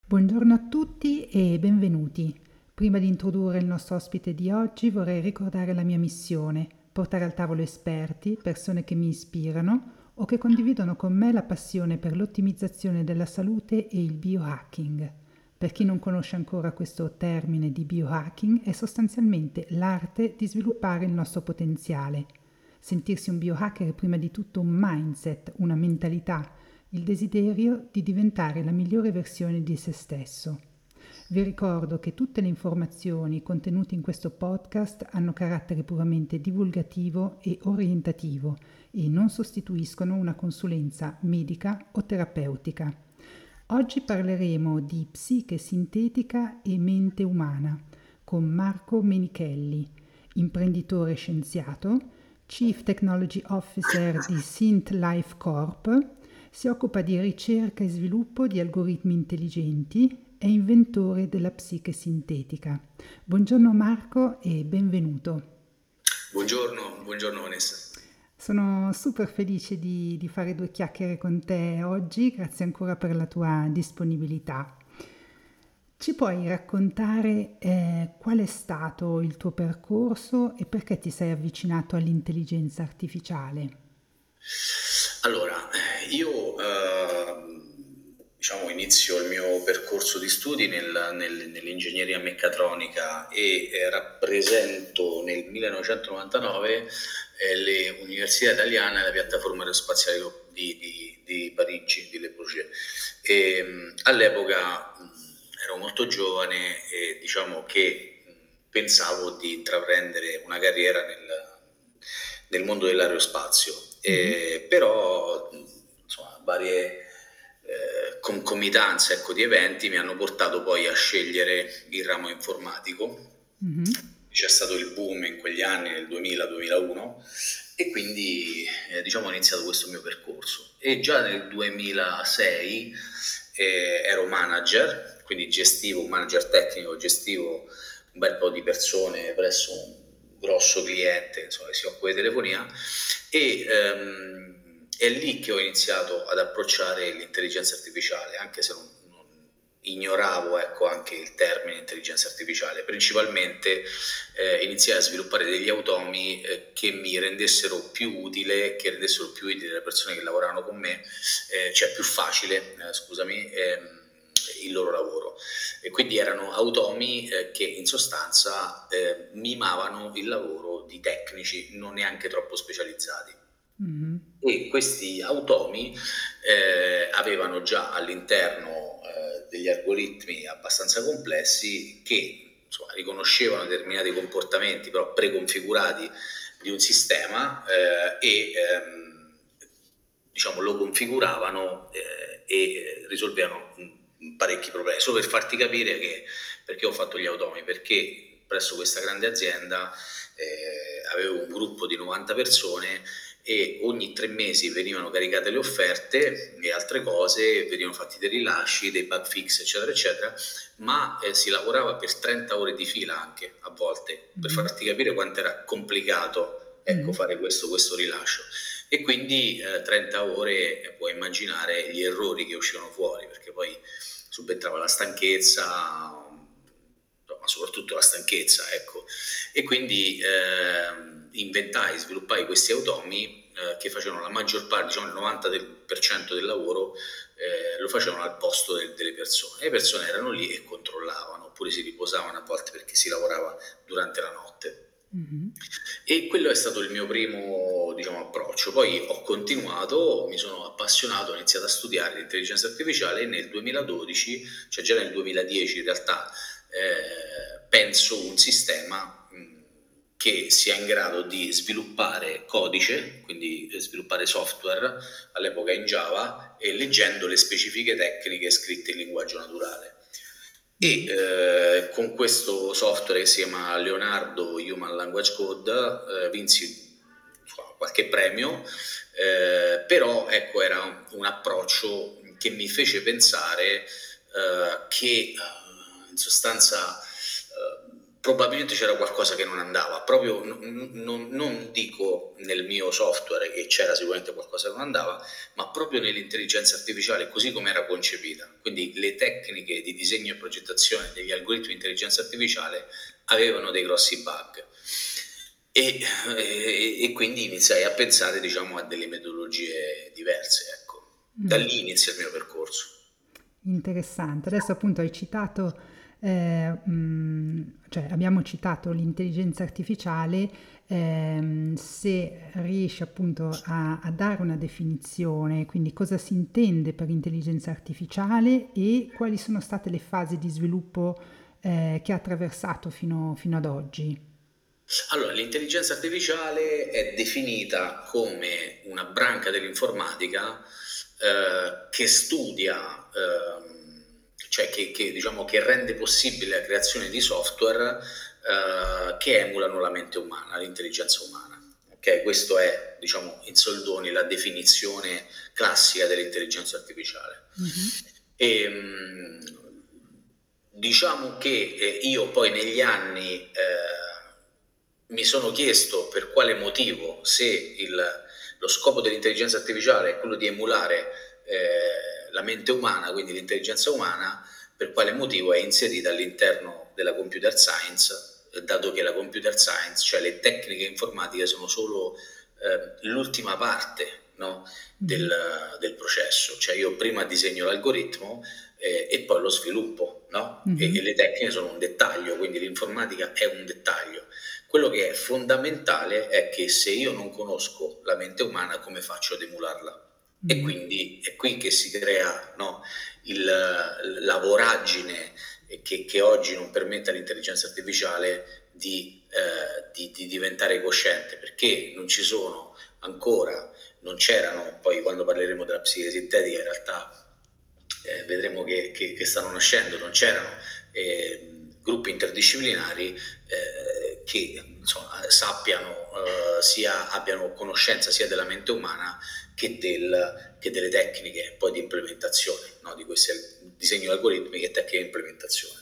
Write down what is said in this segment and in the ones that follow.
Buongiorno a tutti e benvenuti. Prima di introdurre il nostro ospite di oggi vorrei ricordare la mia missione, portare al tavolo esperti, persone che mi ispirano o che condividono con me la passione per l'ottimizzazione della salute e il biohacking. Per chi non conosce ancora questo termine di biohacking, è sostanzialmente l'arte di sviluppare il nostro potenziale. Sentirsi un biohacker è prima di tutto un mindset, una mentalità, il desiderio di diventare la migliore versione di se stesso. Vi ricordo che tutte le informazioni contenute in questo podcast hanno carattere puramente divulgativo e orientativo e non sostituiscono una consulenza medica o terapeutica. Oggi parleremo di psiche sintetica e mente umana con Marco Menichelli, imprenditore scienziato, Chief Technology Officer di Synth Life Corp. Si occupa di ricerca e sviluppo di algoritmi intelligenti, è inventore della psiche sintetica. Buongiorno Marco e benvenuto. Buongiorno Vanessa. Sono super felice di fare due chiacchiere con te oggi, grazie ancora per la tua disponibilità. Ci puoi raccontare qual è stato il tuo percorso e perché ti sei avvicinato all'intelligenza artificiale? Allora, io inizio il mio percorso di studi nell'ingegneria meccatronica e rappresento nel 1999 le università italiane alla piattaforma aerospaziale di Parigi, di Le Bourget. All'epoca ero molto giovane e diciamo che pensavo di intraprendere una carriera nel mondo dell'aerospazio. Però insomma, varie concomitanze di eventi mi hanno portato poi a scegliere il ramo informatico. C'è stato il boom in quegli anni, nel 2000-2001, e quindi ho iniziato questo mio percorso. E già nel 2006 ero manager, quindi gestivo un manager tecnico, gestivo un bel po' di persone presso un grosso cliente, insomma, che si occupa di telefonia, e è lì che ho iniziato ad approcciare l'intelligenza artificiale, anche se non ignoravo anche il termine intelligenza artificiale. Principalmente iniziai a sviluppare degli automi che rendessero più utili le persone che lavoravano con me, cioè più facile, il loro lavoro. E quindi erano automi che in sostanza mimavano il lavoro di tecnici non neanche troppo specializzati. E questi automi avevano già all'interno degli algoritmi abbastanza complessi che insomma, riconoscevano determinati comportamenti però preconfigurati di un sistema lo configuravano e risolvevano parecchi problemi. Solo per farti capire perché ho fatto gli automi, perché presso questa grande azienda avevo un gruppo di 90 persone e ogni 3 mesi venivano caricate le offerte e altre cose, venivano fatti dei rilasci, dei bug fix eccetera eccetera, ma si lavorava per 30 ore di fila anche a volte, per farti capire quanto era complicato fare questo rilascio. E quindi 30 ore puoi immaginare gli errori che uscivano fuori, perché poi subentrava la stanchezza, ma soprattutto la stanchezza, e quindi sviluppai questi automi che facevano la maggior parte, il 90% del lavoro lo facevano al posto delle persone. Le persone erano lì e controllavano, oppure si riposavano a volte perché si lavorava durante la notte. E quello è stato il mio primo approccio. Poi ho continuato, mi sono appassionato, ho iniziato a studiare l'intelligenza artificiale e nel 2012, cioè già nel 2010 in realtà, penso un sistema che sia in grado di sviluppare codice, quindi sviluppare software, all'epoca in Java, e leggendo le specifiche tecniche scritte in linguaggio naturale. E con questo software che si chiama Leonardo Human Language Code vinsi qualche premio, però era un approccio che mi fece pensare che in sostanza probabilmente c'era qualcosa che non andava, proprio non dico nel mio software, che c'era sicuramente qualcosa che non andava, ma proprio nell'intelligenza artificiale così come era concepita. Quindi le tecniche di disegno e progettazione degli algoritmi di intelligenza artificiale avevano dei grossi bug. E quindi iniziai a pensare, diciamo, a delle metodologie diverse, ecco. Da lì inizia il mio percorso. Interessante. Adesso appunto hai citato, cioè abbiamo citato l'intelligenza artificiale, se riesci appunto a dare una definizione, quindi cosa si intende per intelligenza artificiale e quali sono state le fasi di sviluppo che ha attraversato fino ad oggi. Allora, l'intelligenza artificiale è definita come una branca dell'informatica che studia, cioè diciamo, che rende possibile la creazione di software che emulano la mente umana, l'intelligenza umana. Okay? Questo è, diciamo, in soldoni la definizione classica dell'intelligenza artificiale. Diciamo che io poi negli anni mi sono chiesto per quale motivo, se lo scopo dell'intelligenza artificiale è quello di emulare la mente umana, quindi l'intelligenza umana, per quale motivo è inserita all'interno della computer science, dato che la computer science, cioè le tecniche informatiche, sono solo l'ultima parte, no, del processo. Cioè io prima disegno l'algoritmo e poi lo sviluppo, no? E le tecniche sono un dettaglio, quindi l'informatica è un dettaglio. Quello che è fondamentale è che se io non conosco la mente umana, come faccio ad emularla? E quindi è qui che si crea, no, la voragine che oggi non permette all'intelligenza artificiale di diventare cosciente, perché non ci sono ancora, non c'erano, poi quando parleremo della psiche sintetica in realtà vedremo che stanno nascendo, non c'erano gruppi interdisciplinari che insomma, abbiano conoscenza sia della mente umana che delle tecniche poi di implementazione, no? Di questo disegno di algoritmi e tecniche di implementazione.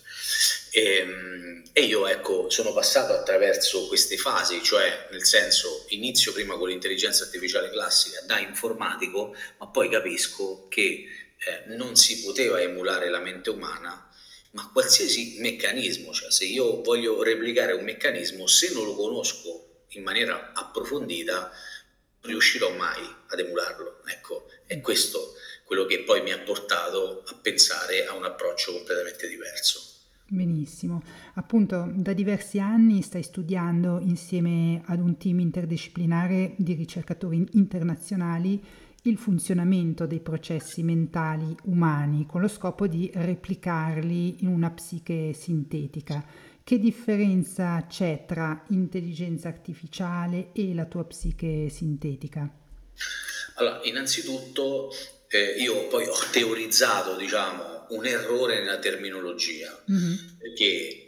E io ecco sono passato attraverso queste fasi, cioè nel senso inizio prima con l'intelligenza artificiale classica da informatico, ma poi capisco che non si poteva emulare la mente umana, ma qualsiasi meccanismo, cioè se io voglio replicare un meccanismo, se non lo conosco in maniera approfondita, non riuscirò mai ad emularlo. Ecco, è questo quello che poi mi ha portato a pensare a un approccio completamente diverso. Benissimo. Appunto, da diversi anni stai studiando insieme ad un team interdisciplinare di ricercatori internazionali il funzionamento dei processi mentali umani con lo scopo di replicarli in una psiche sintetica. Che differenza c'è tra intelligenza artificiale e la tua psiche sintetica? Allora, innanzitutto io poi ho teorizzato, diciamo, un errore nella terminologia, perché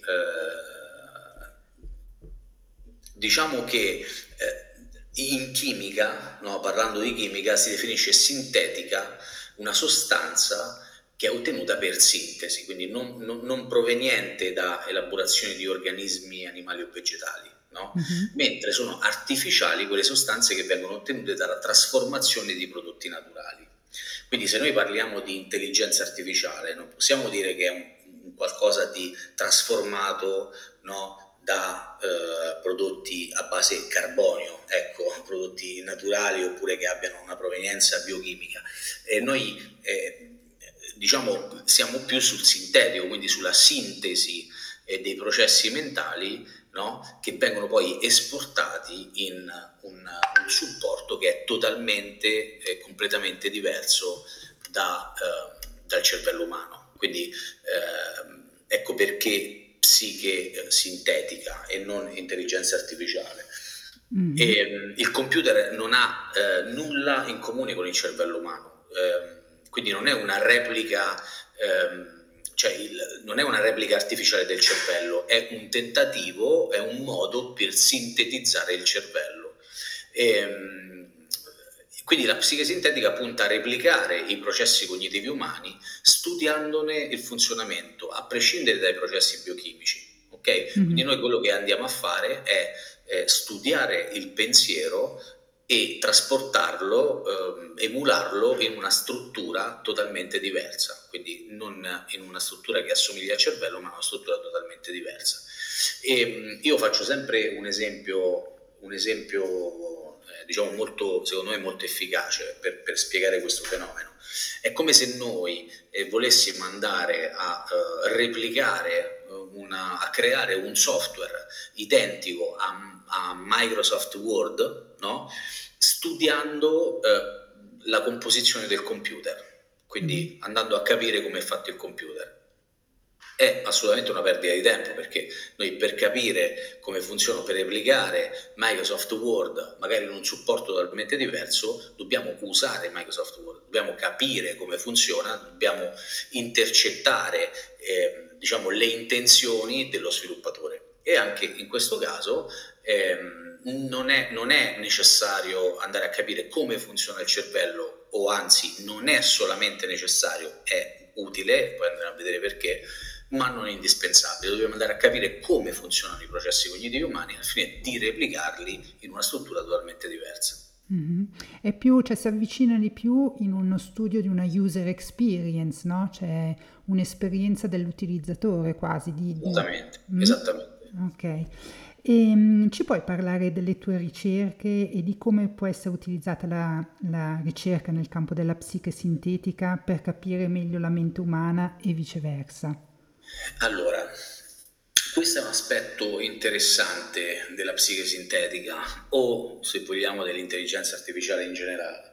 diciamo che in chimica, no, parlando di chimica, si definisce sintetica una sostanza che è ottenuta per sintesi, quindi non proveniente da elaborazioni di organismi animali o vegetali. No? Mentre sono artificiali quelle sostanze che vengono ottenute dalla trasformazione di prodotti naturali. Quindi se noi parliamo di intelligenza artificiale non possiamo dire che è un qualcosa di trasformato, no, da prodotti a base carbonio, ecco, prodotti naturali oppure che abbiano una provenienza biochimica. Noi diciamo siamo più sul sintetico, quindi sulla sintesi dei processi mentali, no? Che vengono poi esportati in un supporto che è totalmente e completamente diverso dal cervello umano. Quindi ecco perché psiche sintetica e non intelligenza artificiale. E, il computer non ha nulla in comune con il cervello umano, quindi non è una replica cioè non è una replica artificiale del cervello, è un tentativo, è un modo per sintetizzare il cervello. Quindi la psiche sintetica punta a replicare i processi cognitivi umani studiandone il funzionamento, a prescindere dai processi biochimici. ok? Quindi noi quello che andiamo a fare è studiare il pensiero e trasportarlo, emularlo in una struttura totalmente diversa, quindi non in una struttura che assomiglia al cervello, ma una struttura totalmente diversa. E io faccio sempre un esempio diciamo molto, secondo me molto efficace per spiegare questo fenomeno. È come se noi volessimo andare a replicare, a creare un software identico a Microsoft Word, no? Studiando la composizione del computer, quindi andando a capire come è fatto il computer. È assolutamente una perdita di tempo, perché noi per capire come funziona, per replicare Microsoft Word magari in un supporto totalmente diverso, dobbiamo usare Microsoft Word, dobbiamo capire come funziona, dobbiamo intercettare diciamo le intenzioni dello sviluppatore. E anche in questo caso non è necessario andare a capire come funziona il cervello, o anzi non è solamente necessario, è utile, poi andremo a vedere perché, ma non è indispensabile. Dobbiamo andare a capire come funzionano i processi cognitivi umani al fine di replicarli in una struttura totalmente diversa. È più, cioè si avvicina di più in uno studio di una user experience, no? Cioè un'esperienza dell'utilizzatore quasi Esattamente, Mm? esattamente. Ok. Ci puoi parlare delle tue ricerche e di come può essere utilizzata la ricerca nel campo della psiche sintetica per capire meglio la mente umana e viceversa? Allora, questo è un aspetto interessante della psiche sintetica, o se vogliamo dell'intelligenza artificiale in generale.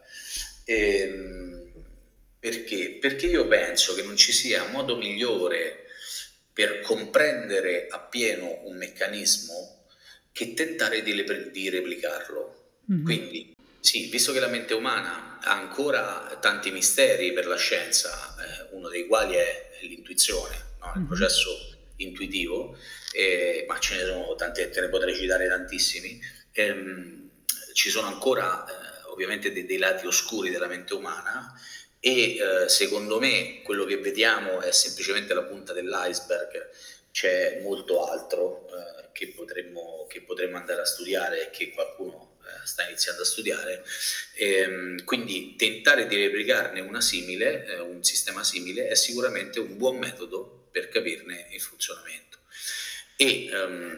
Perché? Perché io penso che non ci sia modo migliore per comprendere appieno un meccanismo che tentare di replicarlo. Quindi, sì, visto che la mente umana ha ancora tanti misteri per la scienza, uno dei quali è l'intuizione, no? Il processo intuitivo, ma ce ne sono tante, te ne potrei citare tantissimi. Ci sono ancora ovviamente dei lati oscuri della mente umana, e secondo me quello che vediamo è semplicemente la punta dell'iceberg. C'è molto altro che potremmo andare a studiare e che qualcuno sta iniziando a studiare, quindi tentare di replicarne una simile, un sistema simile, è sicuramente un buon metodo per capirne il funzionamento. E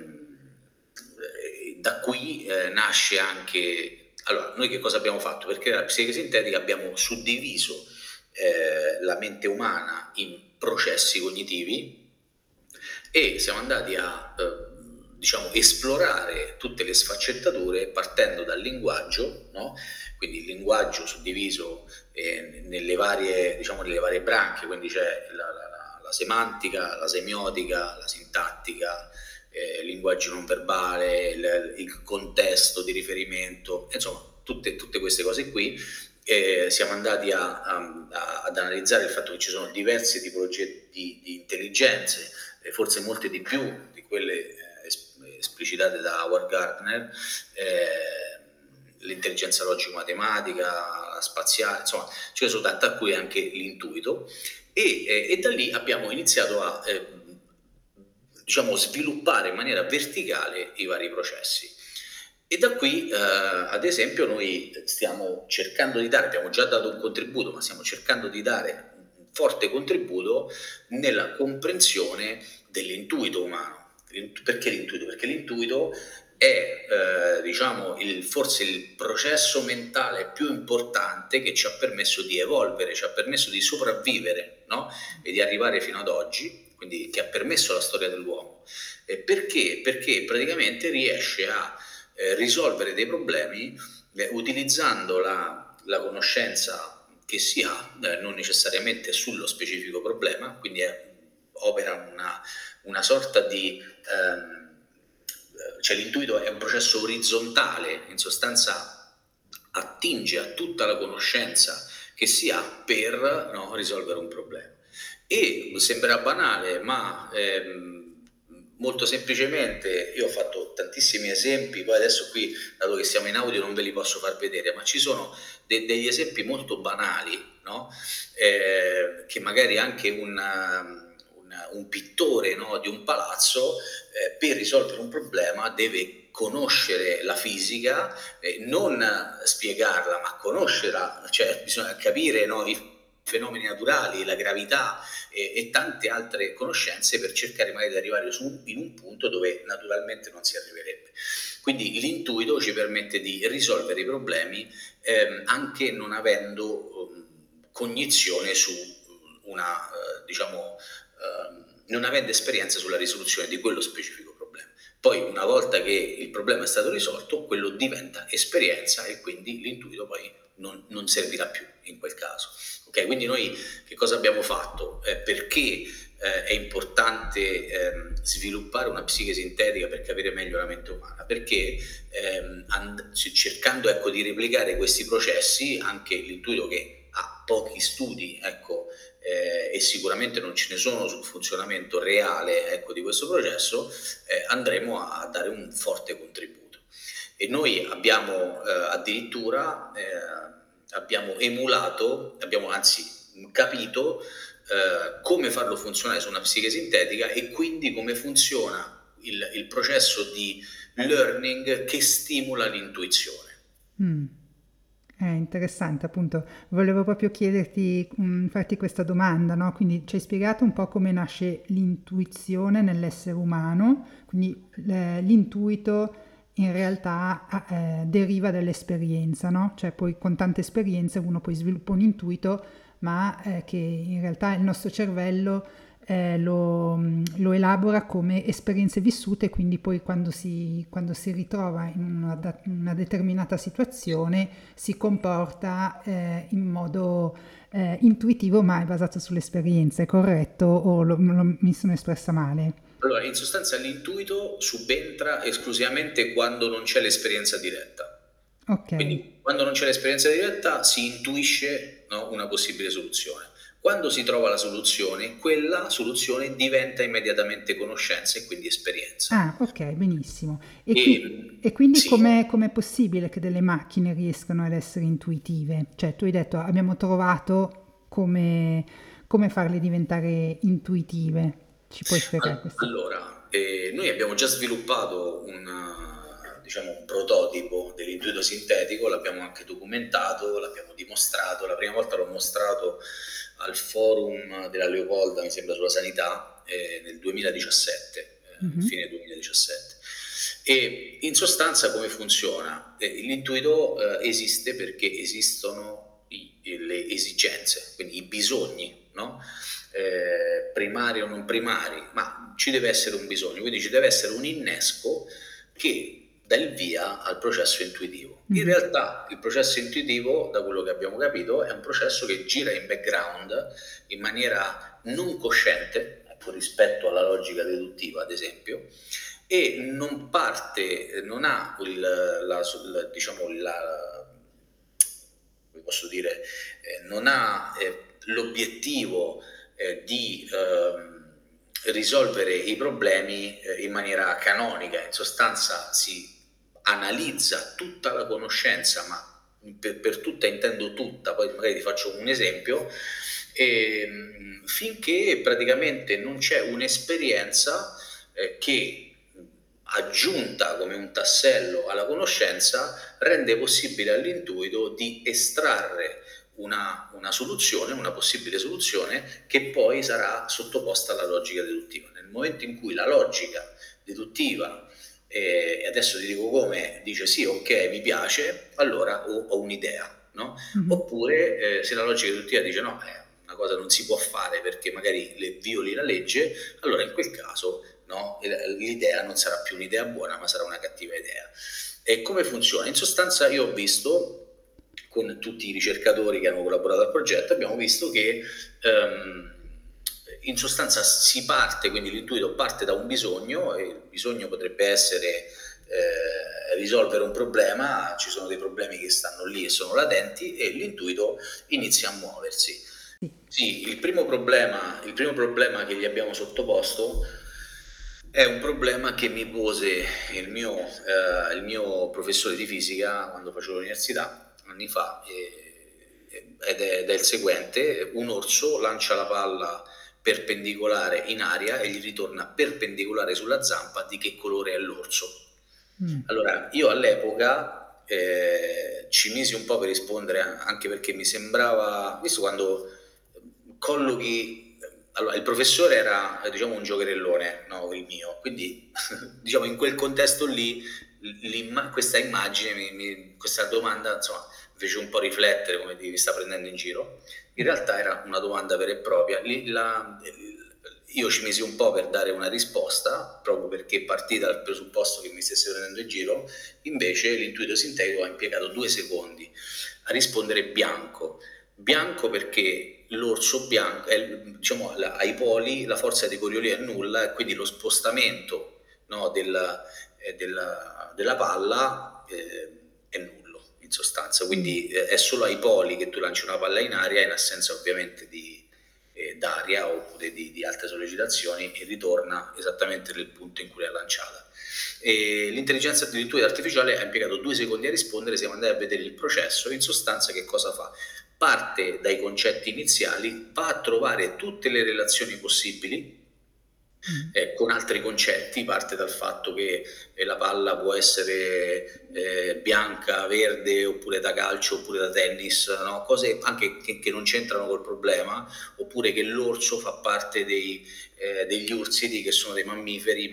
da qui nasce anche. Allora, noi che cosa abbiamo fatto? Perché la psiche sintetica abbiamo suddiviso la mente umana in processi cognitivi, e siamo andati a diciamo esplorare tutte le sfaccettature partendo dal linguaggio, no? Quindi il linguaggio suddiviso nelle varie branche, quindi c'è la semantica, la semiotica, la sintattica, il linguaggio non verbale, il contesto di riferimento, insomma tutte queste cose qui. Siamo andati ad analizzare il fatto che ci sono diverse tipologie di intelligenze, forse molte di più di quelle esplicitate da Howard Gardner, l'intelligenza logico-matematica, la spaziale, insomma ce ne sono tante, a cui anche l'intuito, e da lì abbiamo iniziato a diciamo sviluppare in maniera verticale i vari processi. E da qui, ad esempio, noi stiamo cercando di dare, abbiamo già dato un contributo, ma stiamo cercando di dare un forte contributo nella comprensione dell'intuito umano. Perché l'intuito? Perché l'intuito è diciamo forse il processo mentale più importante che ci ha permesso di evolvere, ci ha permesso di sopravvivere, no? E di arrivare fino ad oggi, quindi che ha permesso la storia dell'uomo. Perché? Perché praticamente riesce a risolvere dei problemi utilizzando la conoscenza che si ha, non necessariamente sullo specifico problema, quindi opera una sorta di cioè l'intuito è un processo orizzontale, in sostanza attinge a tutta la conoscenza che si ha per, no, risolvere un problema. E sembra banale, ma molto semplicemente io ho fatto tantissimi esempi, poi adesso qui, dato che siamo in audio, non ve li posso far vedere, ma ci sono degli esempi molto banali, no? Che magari anche un un pittore, no, di un palazzo, per risolvere un problema deve conoscere la fisica, non spiegarla, ma conoscerla, cioè bisogna capire, no, i fenomeni naturali, la gravità e tante altre conoscenze per cercare magari di arrivare in un punto dove naturalmente non si arriverebbe. Quindi l'intuito ci permette di risolvere i problemi anche non avendo cognizione su una, non avendo esperienza sulla risoluzione di quello specifico problema. Poi una volta che il problema è stato risolto, quello diventa esperienza e quindi l'intuito poi non servirà più in quel caso. Okay, quindi noi che cosa abbiamo fatto? Perché è importante sviluppare una psiche sintetica per capire meglio la mente umana? Perché cercando, ecco, di replicare questi processi, anche l'intuito che ha pochi studi, ecco, e sicuramente non ce ne sono sul funzionamento reale, ecco, di questo processo, andremo a dare un forte contributo. E noi abbiamo addirittura abbiamo emulato, abbiamo anzi capito come farlo funzionare su una psiche sintetica e quindi come funziona il processo di learning che stimola l'intuizione. È interessante, appunto, volevo proprio chiederti, farti questa domanda, no? Quindi ci hai spiegato un po' come nasce l'intuizione nell'essere umano, quindi l'intuito in realtà deriva dall'esperienza, no? Cioè poi con tante esperienze uno poi sviluppa un intuito, ma che in realtà il nostro cervello lo elabora come esperienze vissute, quindi poi quando si ritrova in una determinata situazione si comporta in modo intuitivo, ma è basato sull'esperienza, è corretto o mi sono espressa male? Allora, in sostanza l'intuito subentra esclusivamente quando non c'è l'esperienza diretta. Ok. Quindi quando non c'è l'esperienza diretta si intuisce, no, una possibile soluzione. Quando si trova la soluzione, quella soluzione diventa immediatamente conoscenza e quindi esperienza. Ah, ok, benissimo. E, E, e quindi sì, com'è possibile che delle macchine riescano ad essere intuitive? Cioè, tu hai detto abbiamo trovato come farle diventare intuitive. Ci puoi spiegare questo? allora, noi abbiamo già sviluppato diciamo, un prototipo dell'intuito sintetico, l'abbiamo anche documentato, l'abbiamo dimostrato. La prima volta l'ho mostrato al forum della Leopolda, mi sembra, sulla sanità, nel 2017, fine 2017. E in sostanza come funziona? L'intuito esiste perché esistono le esigenze, quindi i bisogni, no? Primari o non primari, ma ci deve essere un bisogno, quindi ci deve essere un innesco che dà il via al processo intuitivo. In realtà il processo intuitivo, da quello che abbiamo capito, è un processo che gira in background in maniera non cosciente, ecco, rispetto alla logica deduttiva, ad esempio, e non parte, non ha come posso dire, non ha l'obiettivo di risolvere i problemi in maniera canonica. In sostanza si analizza tutta la conoscenza, ma per tutta intendo tutta, poi magari ti faccio un esempio, finché praticamente non c'è un'esperienza che aggiunta come un tassello alla conoscenza rende possibile all'intuito di estrarre una soluzione, una possibile soluzione che poi sarà sottoposta alla logica deduttiva. Nel momento in cui la logica deduttiva, e adesso ti dico come, dice sì, ok, mi piace, allora ho un'idea, no? Oppure se la logica deduttiva dice no, una cosa non si può fare perché magari violi la legge, allora in quel caso, no, l'idea non sarà più un'idea buona, ma sarà una cattiva idea. E come funziona? In sostanza io ho visto, con tutti i ricercatori che hanno collaborato al progetto, abbiamo visto che in sostanza si parte, quindi l'intuito parte da un bisogno, e il bisogno potrebbe essere risolvere un problema, ci sono dei problemi che stanno lì e sono latenti, e l'intuito inizia a muoversi. Sì, il primo problema che gli abbiamo sottoposto è un problema che mi pose il mio professore di fisica quando facevo l'università anni fa, ed è il seguente: un orso lancia la palla perpendicolare in aria e gli ritorna perpendicolare sulla zampa di che colore è l'orso. Allora, io all'epoca ci misi un po' per rispondere, anche perché mi sembrava, visto quando collochi, allora il professore era, diciamo, un giocherellone, no, il mio, quindi diciamo in quel contesto lì questa immagine, questa domanda, insomma, mi fece un po' riflettere, come mi sta prendendo in giro. In realtà era una domanda vera e propria. Io ci misi un po' per dare una risposta, proprio perché partì dal presupposto che mi stesse prendendo in giro. Invece l'intuito sintetico ha impiegato 2 secondi a rispondere bianco. Bianco perché l'orso bianco, diciamo, ai poli la forza di Coriolis è nulla, e quindi lo spostamento, no, della palla è nullo in sostanza, quindi è solo ai poli che tu lanci una palla in aria, in assenza ovviamente d'aria oppure di altre sollecitazioni, e ritorna esattamente nel punto in cui l'hai lanciata. E l'intelligenza artificiale ha impiegato 2 secondi a rispondere. Siamo andati a vedere il processo. In sostanza che cosa fa? Parte dai concetti iniziali, va a trovare tutte le relazioni possibili con altri concetti, parte dal fatto che la palla può essere bianca, verde, oppure da calcio, oppure da tennis, no? Cose anche che non c'entrano col problema, oppure che l'orso fa parte degli ursidi, che sono dei mammiferi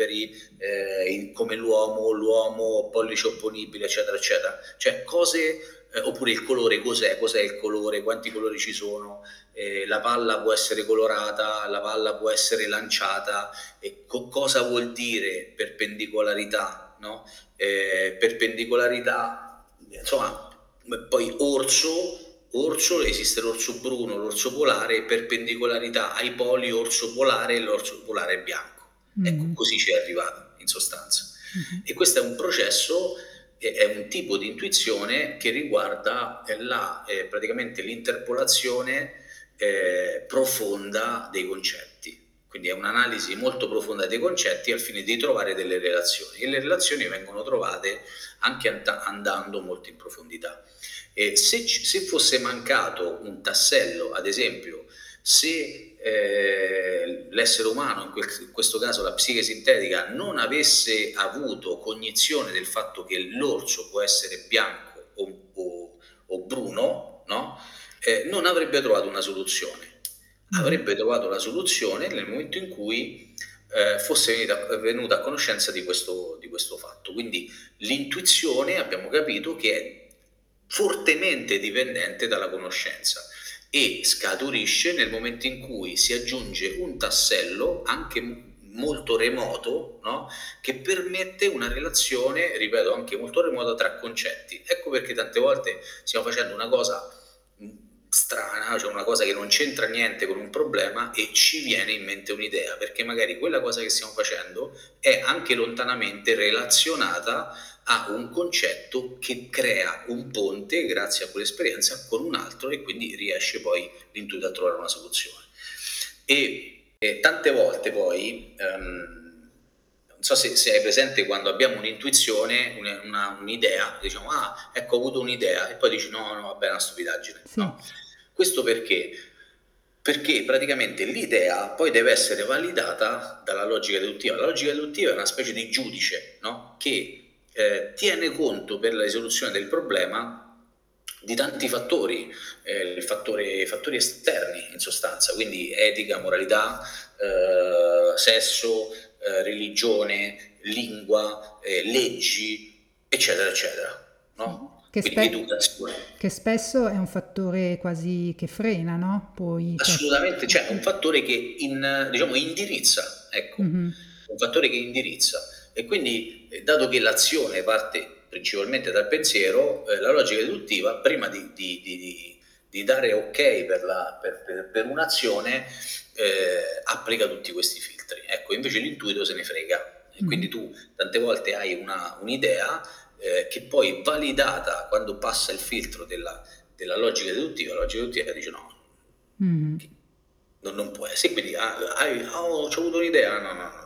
come l'uomo pollice opponibile, eccetera, eccetera. Cioè cose, oppure il colore, cos'è il colore, quanti colori ci sono, la palla può essere colorata, la palla può essere lanciata, cosa vuol dire perpendicolarità, no? Perpendicolarità, insomma, poi orso, esiste l'orso bruno, l'orso polare, perpendicolarità ai poli orso polare, e l'orso polare è bianco. Ecco, così ci è arrivato in sostanza. E questo è un processo, è un tipo di intuizione che riguarda praticamente l'interpolazione profonda dei concetti. Quindi è un'analisi molto profonda dei concetti al fine di trovare delle relazioni, e le relazioni vengono trovate anche andando molto in profondità. Se fosse mancato un tassello, ad esempio, se l'essere umano, in questo caso la psiche sintetica, non avesse avuto cognizione del fatto che l'orso può essere bianco o bruno, no? Non avrebbe trovato una soluzione. Avrebbe trovato la soluzione nel momento in cui fosse venuta a conoscenza di questo fatto. Quindi l'intuizione, abbiamo capito, che è fortemente dipendente dalla conoscenza, e scaturisce nel momento in cui si aggiunge un tassello anche molto remoto, no? Che permette una relazione, ripeto, anche molto remota tra concetti. Ecco perché tante volte stiamo facendo una cosa strana, cioè una cosa che non c'entra niente con un problema, e ci viene in mente un'idea, perché magari quella cosa che stiamo facendo è anche lontanamente relazionata a un concetto che crea un ponte, grazie a quell'esperienza, con un altro, e quindi riesce poi l'intuito a trovare una soluzione. E tante volte poi, non so se hai presente, quando abbiamo un'intuizione, un'idea, diciamo, ecco, ho avuto un'idea, e poi dici no, vabbè, è una stupidaggine. Sì. No? Questo perché? Perché praticamente l'idea poi deve essere validata dalla logica deduttiva. La logica deduttiva è una specie di giudice, no? Che tiene conto, per la risoluzione del problema, di tanti fattori, fattori esterni in sostanza, quindi etica, moralità, sesso, religione, lingua, leggi, eccetera, eccetera, no? Che spesso è un fattore quasi che frena, no? Poi, assolutamente, cioè un fattore che diciamo indirizza, ecco, un fattore che indirizza. E quindi, dato che l'azione parte principalmente dal pensiero, la logica deduttiva, prima di dare ok per un'azione, applica tutti questi filtri. Ecco, invece l'intuito se ne frega. E quindi tu tante volte hai un'idea che poi, validata quando passa il filtro della logica deduttiva, la logica deduttiva dice no, non può essere. Quindi ho avuto un'idea, no.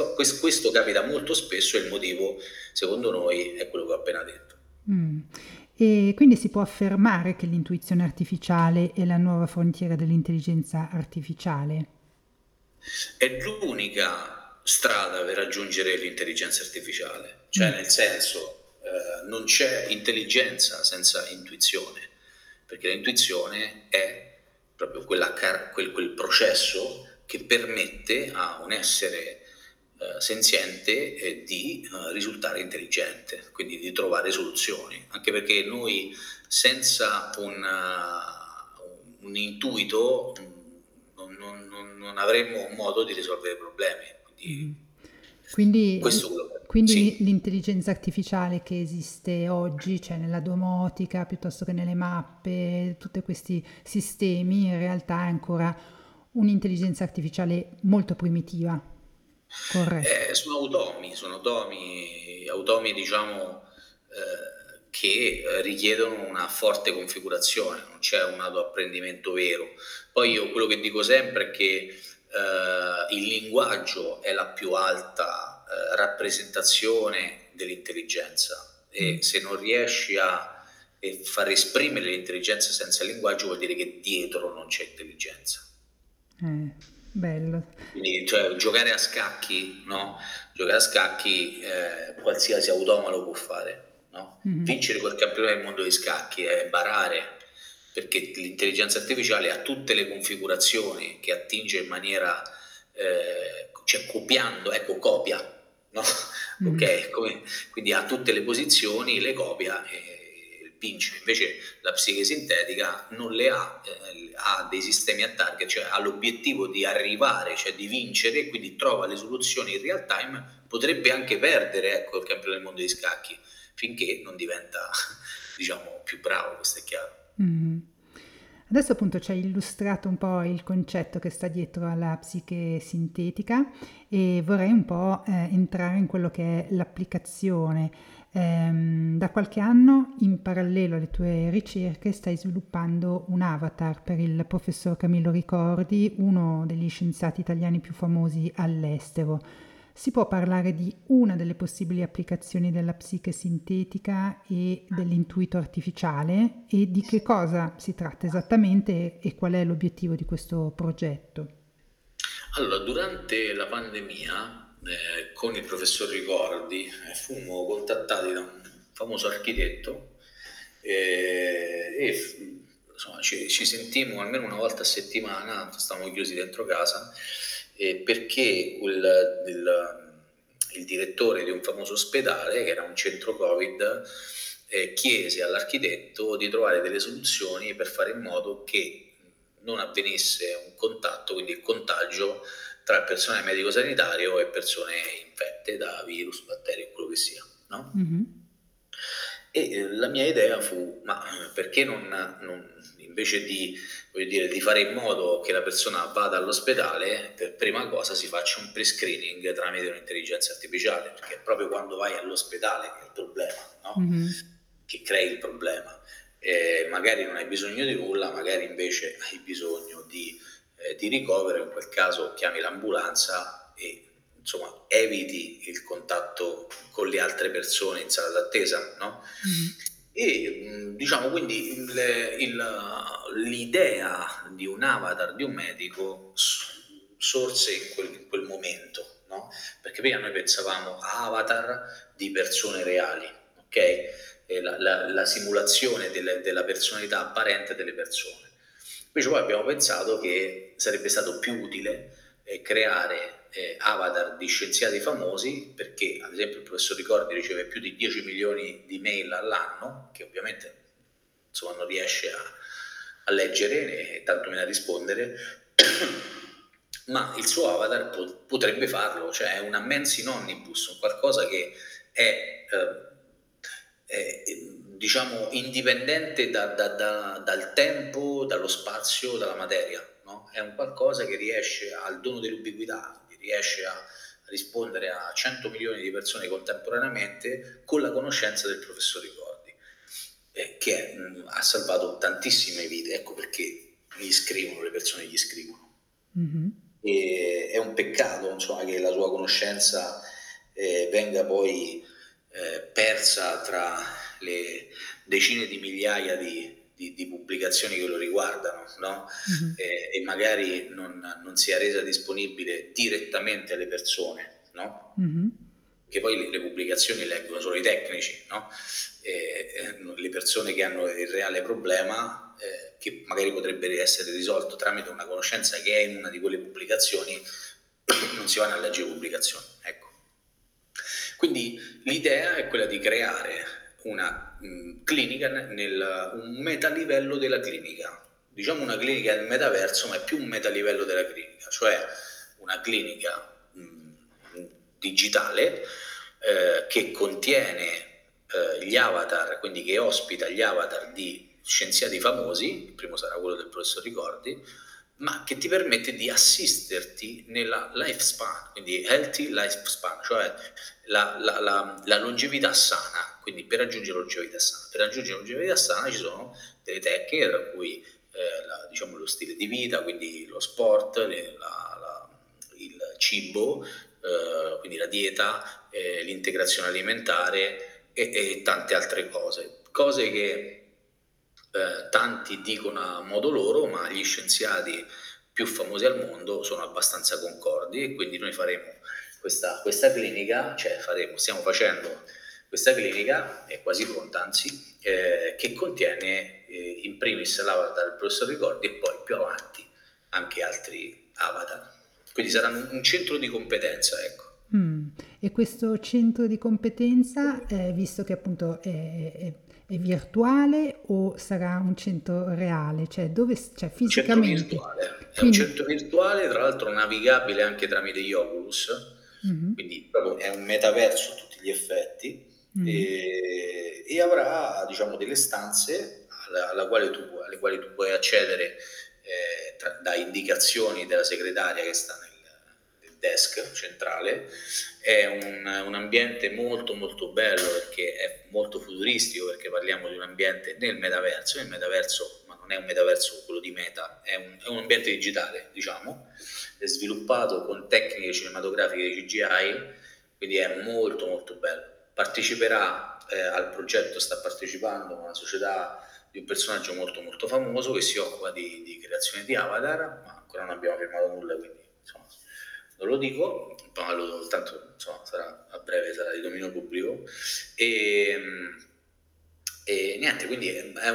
Questo capita molto spesso, e il motivo, secondo noi, è quello che ho appena detto. E quindi si può affermare che l'intuizione artificiale è la nuova frontiera dell'intelligenza artificiale? È l'unica strada per raggiungere l'intelligenza artificiale, cioè Mm. nel senso non c'è intelligenza senza intuizione, perché l'intuizione è proprio quel processo che permette a un essere senziente di risultare intelligente, quindi di trovare soluzioni, anche perché noi senza un intuito non avremmo modo di risolvere problemi. Quindi Mhm. Quindi, questo è quello che... quindi Sì. l'intelligenza artificiale che esiste oggi, cioè nella domotica piuttosto che nelle mappe, tutti questi sistemi, in realtà è ancora un'intelligenza artificiale molto primitiva, corretto? Sono automi diciamo, che richiedono una forte configurazione, non c'è un autoapprendimento vero. Poi io quello che dico sempre è che il linguaggio è la più alta rappresentazione dell'intelligenza e Mm. se non riesci a far esprimere l'intelligenza senza il linguaggio vuol dire che dietro non c'è intelligenza. Bello. Quindi, cioè, giocare a scacchi, no? Giocare a scacchi, qualsiasi automa lo può fare, no? Mhm. Vincere quel campione del mondo di scacchi è barare, perché l'intelligenza artificiale ha tutte le configurazioni che attinge in maniera, cioè copiando, ecco, copia, no? Mhm. Ok? Quindi ha tutte le posizioni, le copia e vince. Invece la psiche sintetica non le ha, ha dei sistemi a target, cioè ha l'obiettivo di arrivare, cioè di vincere, e quindi trova le soluzioni in real time, potrebbe anche perdere, ecco, il campione del mondo dei scacchi, finché non diventa, diciamo, più bravo, questo è chiaro. Mhm. Adesso appunto ci hai illustrato un po' il concetto che sta dietro alla psiche sintetica e vorrei un po' entrare in quello che è l'applicazione. Da qualche anno, in parallelo alle tue ricerche, stai sviluppando un avatar per il professor Camillo Ricordi, uno degli scienziati italiani più famosi all'estero. Si può parlare di una delle possibili applicazioni della psiche sintetica e dell'intuito artificiale e di che cosa si tratta esattamente e qual è l'obiettivo di questo progetto. Allora, durante la pandemia, con il professor Ricordi, fummo contattati da un famoso architetto insomma, ci sentimmo almeno una volta a settimana, stavamo chiusi dentro casa, perché il direttore di un famoso ospedale, che era un centro Covid, chiese all'architetto di trovare delle soluzioni per fare in modo che non avvenisse un contatto, quindi il contagio tra il personale medico-sanitario e persone infette da virus, batteri o quello che sia, no? Mhm. E la mia idea fu, ma perché invece di, voglio dire, di fare in modo che la persona vada all'ospedale, per prima cosa si faccia un pre-screening tramite un'intelligenza artificiale, perché è proprio quando vai all'ospedale che è il problema, no? Mhm. Che crei il problema. Magari non hai bisogno di nulla, magari invece hai bisogno di ricovero, in quel caso chiami l'ambulanza e insomma eviti il contatto con le altre persone in sala d'attesa, no? Mhm. E diciamo quindi l'idea di un avatar di un medico sorse in quel momento, no? Perché prima noi pensavamo a avatar di persone reali, ok? La simulazione della personalità apparente delle persone. Invece poi abbiamo pensato che sarebbe stato più utile creare avatar di scienziati famosi, perché ad esempio il professor Ricordi riceve più di 10 milioni di mail all'anno, che ovviamente insomma, non riesce a leggere e tantomeno a rispondere, ma il suo avatar potrebbe farlo, cioè è una mens in omnibus, un qualcosa che è, diciamo indipendente dal tempo, dallo spazio, dalla materia, no? È un qualcosa che riesce al dono dell'ubiquità, riesce a rispondere a 100 milioni di persone contemporaneamente con la conoscenza del professor Ricordi, che ha salvato tantissime vite, ecco perché gli scrivono, le persone gli scrivono. Mhm. E è un peccato insomma, che la sua conoscenza venga poi persa tra le, decine di migliaia di pubblicazioni che lo riguardano, no? E magari non sia resa disponibile direttamente alle persone, no? Che poi le pubblicazioni leggono solo i tecnici, no? Le persone che hanno il reale problema, che magari potrebbe essere risolto tramite una conoscenza che è in una di quelle pubblicazioni, non si vanno a leggere pubblicazioni, ecco. Quindi l'idea è quella di creare una clinica un metalivello della clinica, diciamo una clinica nel metaverso, ma è più un metalivello della clinica, cioè una clinica digitale che contiene gli avatar, quindi che ospita gli avatar di scienziati famosi, il primo sarà quello del professor Ricordi, ma che ti permette di assisterti nella lifespan, quindi healthy lifespan, cioè la longevità sana. Quindi per raggiungere la longevità sana, ci sono delle tecniche, tra cui diciamo lo stile di vita, quindi lo sport, il cibo, quindi la dieta, l'integrazione alimentare e tante altre cose che tanti dicono a modo loro, ma gli scienziati più famosi al mondo sono abbastanza concordi, e quindi noi faremo questa clinica, stiamo facendo questa clinica, è quasi pronta anzi, che contiene in primis l'avatar del professor Ricordi e poi più avanti anche altri avatar. Quindi sarà un centro di competenza, ecco. E questo centro di competenza, visto che appunto è virtuale, o sarà un centro reale? Cioè dove, cioè fisicamente? È un centro virtuale, tra l'altro navigabile anche tramite gli Oculus, quindi proprio è un metaverso a tutti gli effetti, e avrà, diciamo, delle stanze alle quali tu puoi accedere da indicazioni della segretaria che sta nel desk centrale. È un ambiente molto molto bello, perché è molto futuristico, perché parliamo di un ambiente nel metaverso, ma non è un metaverso quello di Meta, è un ambiente digitale, diciamo, è sviluppato con tecniche cinematografiche CGI, quindi è molto molto bello. Parteciperà al progetto, sta partecipando una società di un personaggio molto molto famoso che si occupa di creazione di avatar, ma ancora non abbiamo firmato nulla, quindi insomma non lo dico, tanto insomma a breve sarà di dominio pubblico, e niente, quindi è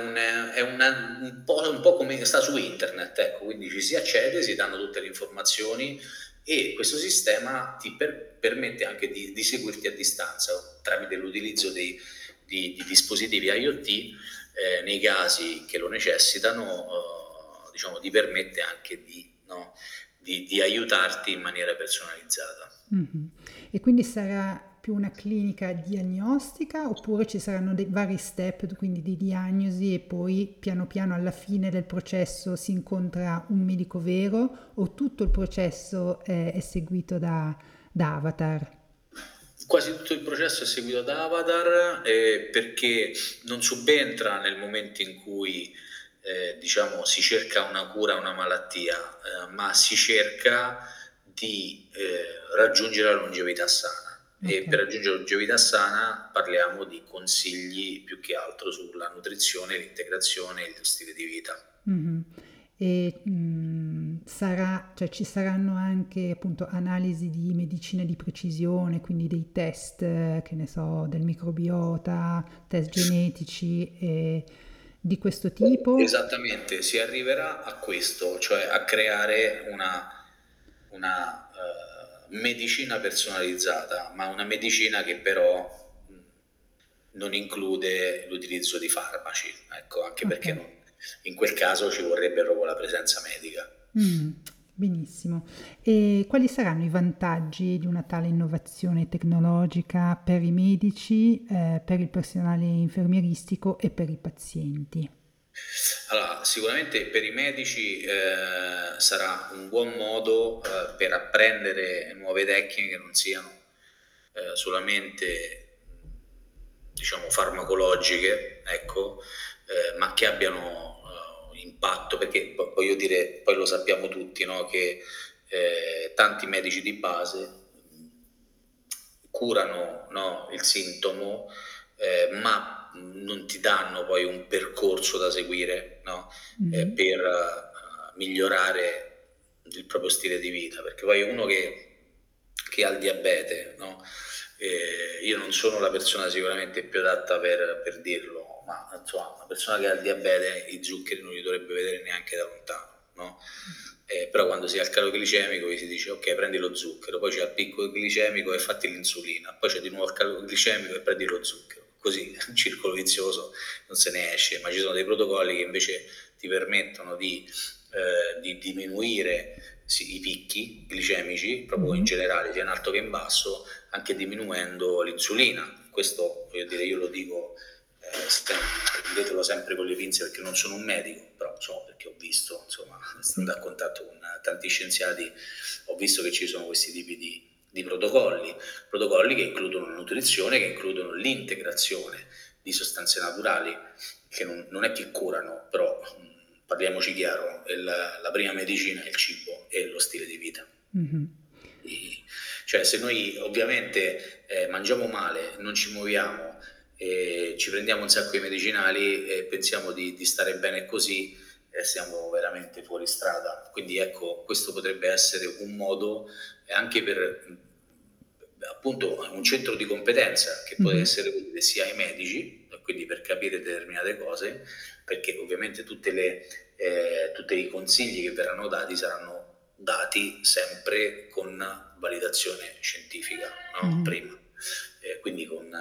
un po' come sta su internet, ecco, quindi ci si accede, si danno tutte le informazioni, e questo sistema ti permette anche di seguirti a distanza tramite l'utilizzo di dispositivi IoT, nei casi che lo necessitano, diciamo, ti permette anche di aiutarti in maniera personalizzata. E quindi sarà più una clinica diagnostica, oppure ci saranno dei vari step, quindi di diagnosi, e poi piano piano alla fine del processo si incontra un medico vero, o tutto il processo è seguito da avatar? Quasi tutto il processo è seguito da avatar, perché non subentra nel momento in cui diciamo si cerca una cura a una malattia, ma si cerca di raggiungere la longevità sana. E per raggiungere la longevità sana parliamo di consigli più che altro sulla nutrizione, l'integrazione e lo stile di vita. E cioè, ci saranno anche appunto analisi di medicina di precisione, quindi dei test, che ne so, del microbiota, test genetici di questo tipo? Esattamente, si arriverà a questo, cioè a creare una medicina personalizzata, ma una medicina che però non include l'utilizzo di farmaci, ecco, anche perché in quel caso ci vorrebbe proprio la presenza medica. Benissimo. E quali saranno i vantaggi di una tale innovazione tecnologica per i medici, per il personale infermieristico e per i pazienti? Allora, sicuramente per i medici sarà un buon modo per apprendere nuove tecniche che non siano solamente, diciamo, farmacologiche, ecco, ma che abbiano impatto, perché voglio dire, poi lo sappiamo tutti, no, che tanti medici di base curano, no, il sintomo, ma non ti danno poi un percorso da seguire, no? Per migliorare il proprio stile di vita, perché poi uno che ha il diabete, no? Io non sono la persona sicuramente più adatta per dirlo, ma insomma, una persona che ha il diabete i zuccheri non li dovrebbe vedere neanche da lontano, no? Però quando si ha il calo glicemico si dice ok, prendi lo zucchero, poi c'è il picco glicemico e fatti l'insulina, poi c'è di nuovo il calo glicemico e prendi lo zucchero, così un circolo vizioso, non se ne esce. Ma ci sono dei protocolli che invece ti permettono di diminuire i picchi glicemici proprio in generale, sia in alto che in basso, anche diminuendo l'insulina. Questo voglio dire, io lo dico prendetelo sempre con le pinze, perché non sono un medico, però insomma, perché ho visto, insomma, stando a contatto con tanti scienziati, ho visto che ci sono questi tipi di protocolli che includono la nutrizione, che includono l'integrazione di sostanze naturali, che non è che curano, però parliamoci chiaro, la prima medicina è il cibo e lo stile di vita. Cioè, se noi ovviamente mangiamo male, non ci muoviamo, ci prendiamo un sacco di medicinali e pensiamo di stare bene così, siamo veramente fuori strada. Quindi ecco, questo potrebbe essere un modo anche per appunto un centro di competenza che può essere utile sia ai medici, quindi per capire determinate cose, perché ovviamente tutti i consigli che verranno dati saranno dati sempre con validazione scientifica, no? Prima, quindi con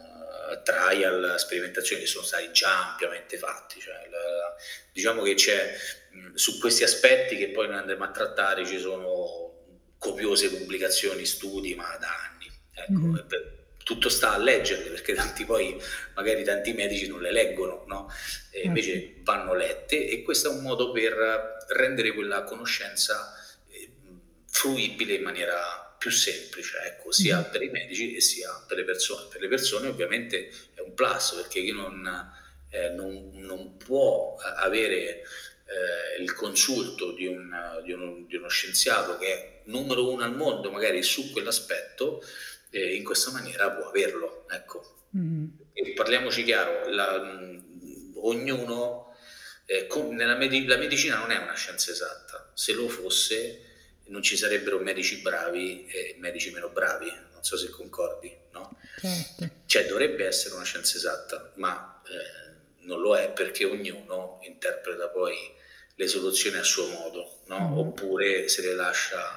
trial, sperimentazioni che sono stati già ampiamente fatti. Cioè, diciamo che c'è su questi aspetti che poi noi andremo a trattare, ci sono copiose pubblicazioni, studi, ma da anni. Ecco, tutto sta a leggerle, perché magari tanti medici non le leggono, no? Invece vanno lette, e questo è un modo per rendere quella conoscenza fruibile in maniera più semplice, ecco, sia per i medici e sia per le persone. Per le persone ovviamente è un plus, perché io non può avere il consulto di uno scienziato che è numero uno al mondo magari su quell'aspetto, in questa maniera può averlo, ecco. E parliamoci chiaro, ognuno la medicina non è una scienza esatta. Se lo fosse non ci sarebbero medici bravi e medici meno bravi, non so se concordi, no? Certo. Cioè dovrebbe essere una scienza esatta, ma non lo è, perché ognuno interpreta poi le soluzioni a suo modo, no? Oppure se le lascia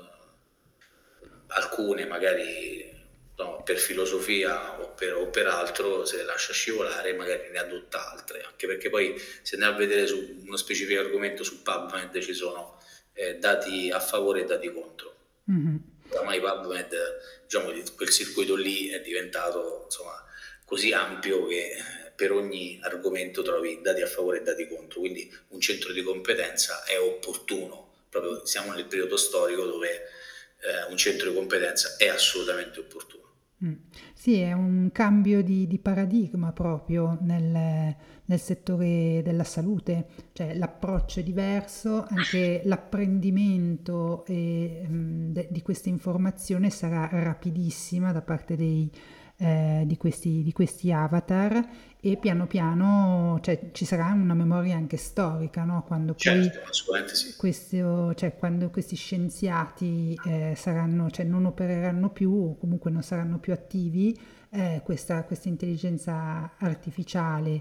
alcune magari per filosofia o per altro, se le lascia scivolare, magari ne adotta altre, anche perché poi se andiamo a vedere su uno specifico argomento su PubMed ci sono dati a favore e dati contro. Ormai PubMed, diciamo, quel circuito lì è diventato insomma così ampio che per ogni argomento trovi dati a favore e dati contro, quindi un centro di competenza è opportuno. Proprio siamo nel periodo storico dove un centro di competenza è assolutamente opportuno. Sì, è un cambio di paradigma proprio nel settore della salute, cioè l'approccio è diverso, anche l'apprendimento di questa informazione sarà rapidissima da parte di questi avatar, e piano piano, cioè, ci sarà una memoria anche storica, no? Quando poi assolutamente sì. quando questi scienziati cioè, non opereranno più, o comunque non saranno più attivi, questa intelligenza artificiale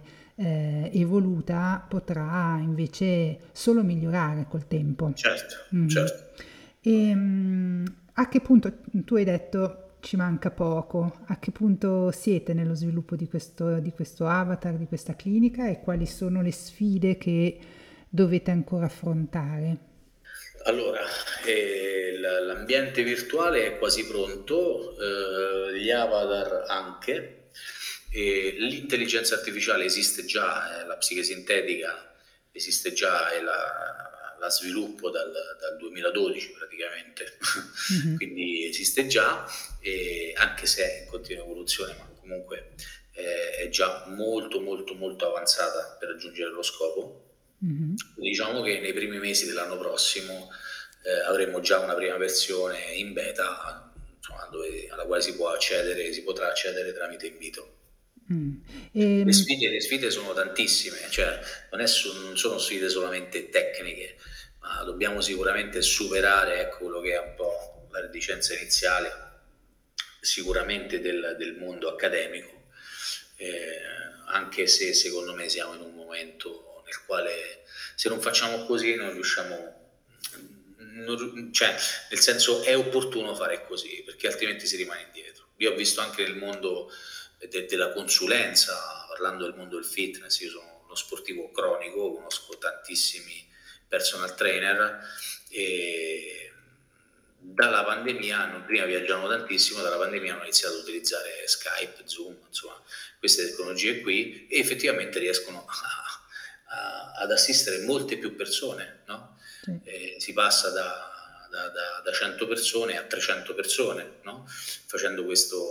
evoluta potrà invece solo migliorare col tempo. Certo. E, a che punto, tu hai detto ci manca poco, a che punto siete nello sviluppo di questo avatar, di questa clinica, e quali sono le sfide che dovete ancora affrontare? Allora, l'ambiente virtuale è quasi pronto, gli avatar anche, l'intelligenza artificiale esiste già, la psiche sintetica esiste già, e la sviluppo dal 2012 praticamente, quindi esiste già, anche se è in continua evoluzione, ma comunque è già molto molto molto avanzata per raggiungere lo scopo. Diciamo che nei primi mesi dell'anno prossimo avremo già una prima versione in beta, insomma, alla quale si potrà accedere tramite invito. Mm. Le sfide sono tantissime, cioè non sono sfide solamente tecniche, ma dobbiamo sicuramente superare, ecco, quello che è un po' la reticenza iniziale, sicuramente del mondo accademico, anche se secondo me siamo in un momento nel quale se non facciamo così non riusciamo, cioè nel senso è opportuno fare così perché altrimenti si rimane indietro. Io ho visto anche nel mondo della consulenza, parlando del mondo del fitness, io sono uno sportivo cronico, conosco tantissimi personal trainer e dalla pandemia, prima viaggiavano tantissimo, dalla pandemia hanno iniziato ad utilizzare Skype, Zoom, insomma queste tecnologie qui e effettivamente riescono ad assistere molte più persone, no? Sì. Si passa da 100 persone a 300 persone, no? Facendo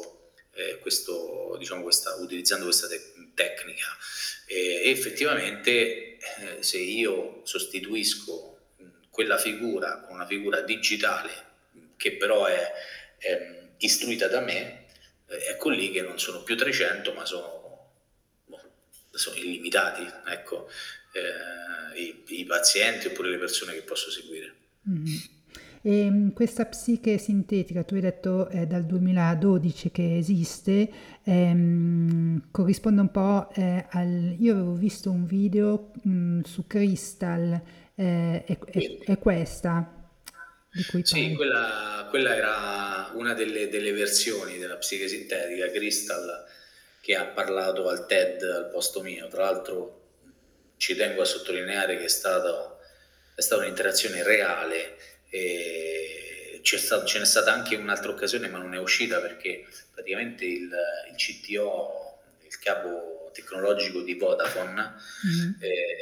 utilizzando questa tecnica. E effettivamente se io sostituisco quella figura con una figura digitale che però è istruita da me, ecco lì che non sono più 300 ma sono illimitati, ecco, i pazienti oppure le persone che posso seguire. Mm-hmm. E questa psiche sintetica, tu hai detto è dal 2012 che esiste, corrisponde un po' al... Io avevo visto un video su Crystal, è questa di cui Sì, parli. quella era una delle versioni della psiche sintetica, Crystal, che ha parlato al TED al posto mio. Tra l'altro ci tengo a sottolineare che è stata un'interazione reale e ce n'è stata anche un'altra occasione ma non è uscita perché praticamente il CTO, il capo tecnologico di Vodafone, Mm-hmm.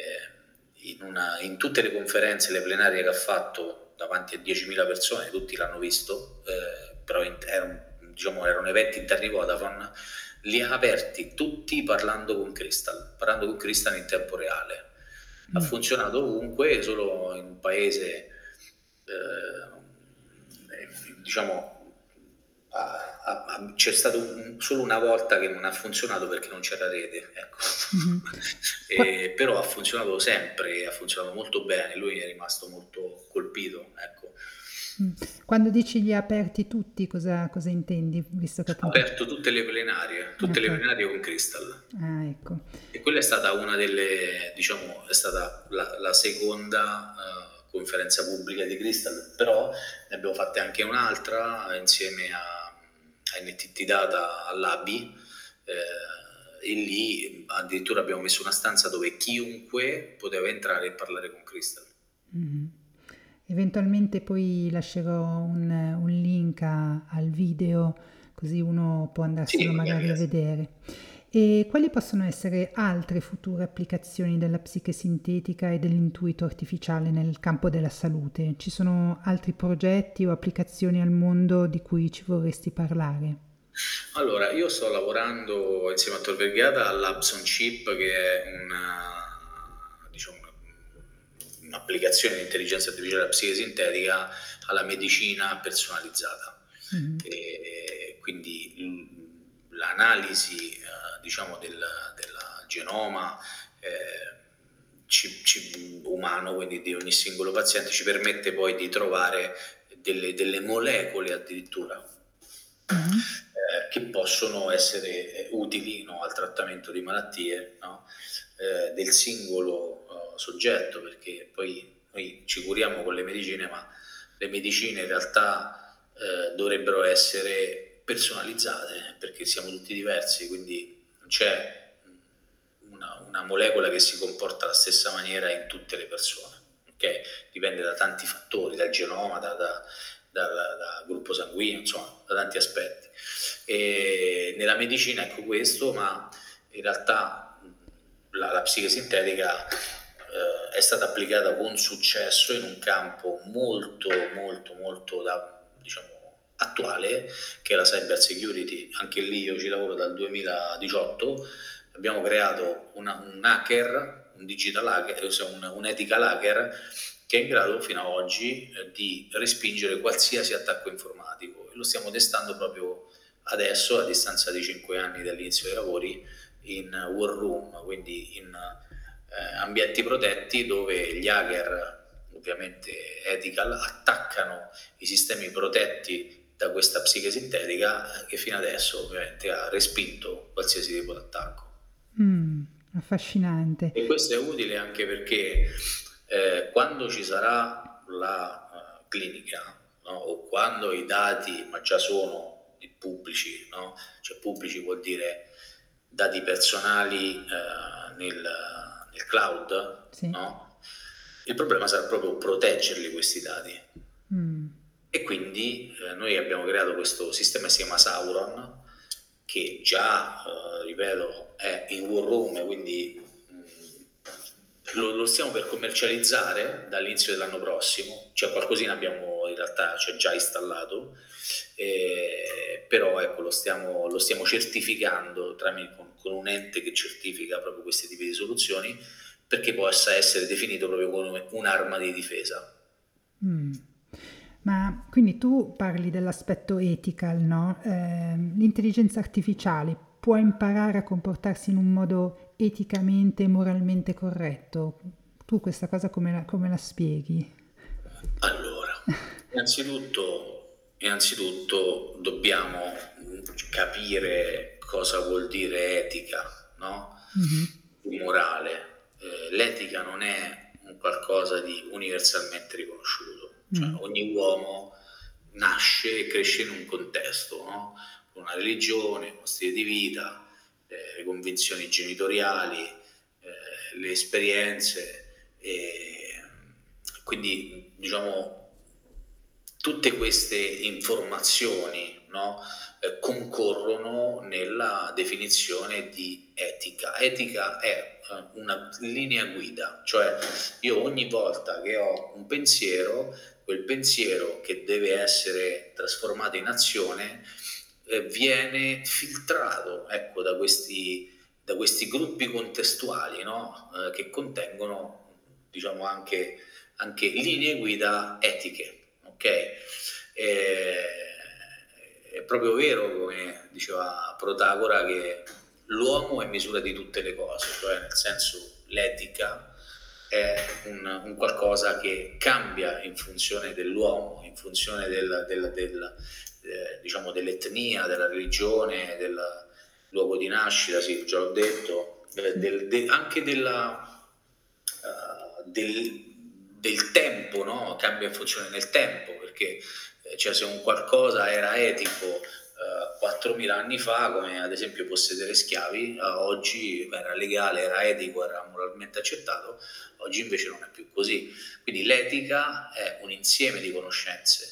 in tutte le conferenze, le plenarie che ha fatto davanti a 10.000 persone, tutti l'hanno visto, però erano eventi interni Vodafone, li ha aperti tutti parlando con Crystal in tempo reale. Ha funzionato ovunque, solo in un paese, diciamo, c'è stato solo una volta che non ha funzionato perché non c'era rete, ecco. Mm-hmm. Qua- Però ha funzionato sempre, ha funzionato molto bene, lui è rimasto molto colpito, ecco. Quando dici li ha aperti tutti, cosa intendi? Visto che Ha appunto... aperto tutte Ok. le plenarie con Crystal. Ah, ecco. E quella è stata una delle, diciamo, è stata la seconda conferenza pubblica di Crystal, però ne abbiamo fatte anche un'altra insieme a NTT Data all'ABI e lì addirittura abbiamo messo una stanza dove chiunque poteva entrare e parlare con Crystal. Mhm. Eventualmente poi lascerò un link al video così uno può Sì, andarselo magari magari a vedere. E quali possono essere altre future applicazioni della psiche sintetica e dell'intuito artificiale nel campo della salute? Ci sono altri progetti o applicazioni al mondo di cui ci vorresti parlare? Allora, io sto lavorando insieme a Tor Vergata all'Apps on Chip, che è diciamo, un'applicazione di intelligenza artificiale alla psiche sintetica alla medicina personalizzata. Mhm. E quindi l'analisi diciamo del genoma umano, quindi di ogni singolo paziente, ci permette poi di trovare delle molecole addirittura Mhm. che possono essere utili, no, al trattamento di malattie, no, del singolo soggetto, perché poi noi ci curiamo con le medicine, ma le medicine in realtà dovrebbero essere personalizzate perché siamo tutti diversi, quindi non c'è una molecola che si comporta alla stessa maniera in tutte le persone. Okay? Dipende da tanti fattori, dal genoma, dal gruppo sanguigno, insomma, da tanti aspetti. E nella medicina ecco questo, ma in realtà la psiche sintetica è stata applicata con successo in un campo molto, molto, molto diciamo, attuale, che è la cyber security. Anche lì io ci lavoro dal 2018, abbiamo creato un hacker, un digital hacker, un ethical hacker, che è in grado fino ad oggi di respingere qualsiasi attacco informatico. E lo stiamo testando proprio adesso, a distanza di 5 anni dall'inizio dei lavori, in war room, quindi in ambienti protetti dove gli hacker, ovviamente ethical, attaccano i sistemi protetti da questa psiche sintetica che fino adesso ovviamente ha respinto qualsiasi tipo di attacco. Affascinante. E questo è utile anche perché quando ci sarà la clinica, no? O quando i dati, ma già sono pubblici, no? Cioè pubblici vuol dire dati personali nel cloud, Sì. no? Il problema sarà proprio proteggerli questi dati. E quindi noi abbiamo creato questo sistema che si chiama Sauron, che già, ripeto, è in war room, quindi lo stiamo per commercializzare dall'inizio dell'anno prossimo, cioè qualcosina abbiamo in realtà già installato, però ecco, lo stiamo certificando con un ente che certifica proprio questi tipi di soluzioni, perché possa essere definito proprio come un'arma di difesa. Ma quindi tu parli dell'aspetto ethical, no? L'intelligenza artificiale può imparare a comportarsi in un modo eticamente e moralmente corretto? Tu questa cosa come la spieghi? Allora, innanzitutto dobbiamo capire cosa vuol dire etica, no? Morale. L'etica non è un qualcosa di universalmente riconosciuto, cioè ogni uomo nasce e cresce in un contesto, no? Una religione, uno stile di vita, le convinzioni genitoriali, le esperienze, quindi diciamo tutte queste informazioni, no, concorrono nella definizione di etica. Etica è una linea guida, cioè io ogni volta che ho un pensiero, quel pensiero che deve essere trasformato in azione viene filtrato, ecco, da questi gruppi contestuali, no? Che contengono, diciamo, anche linee guida etiche, ok? È proprio vero, come diceva Protagora, che l'uomo è misura di tutte le cose, cioè nel senso l'etica è un qualcosa che cambia in funzione dell'uomo, in funzione diciamo dell'etnia, della religione, del luogo di nascita, sì, già l'ho detto, anche del tempo, no? Cambia in funzione del tempo, perché cioè, se un qualcosa era etico 4.000 anni fa, come ad esempio possedere schiavi, oggi era legale, era etico, era moralmente accettato, oggi invece non è più così. Quindi l'etica è un insieme di conoscenze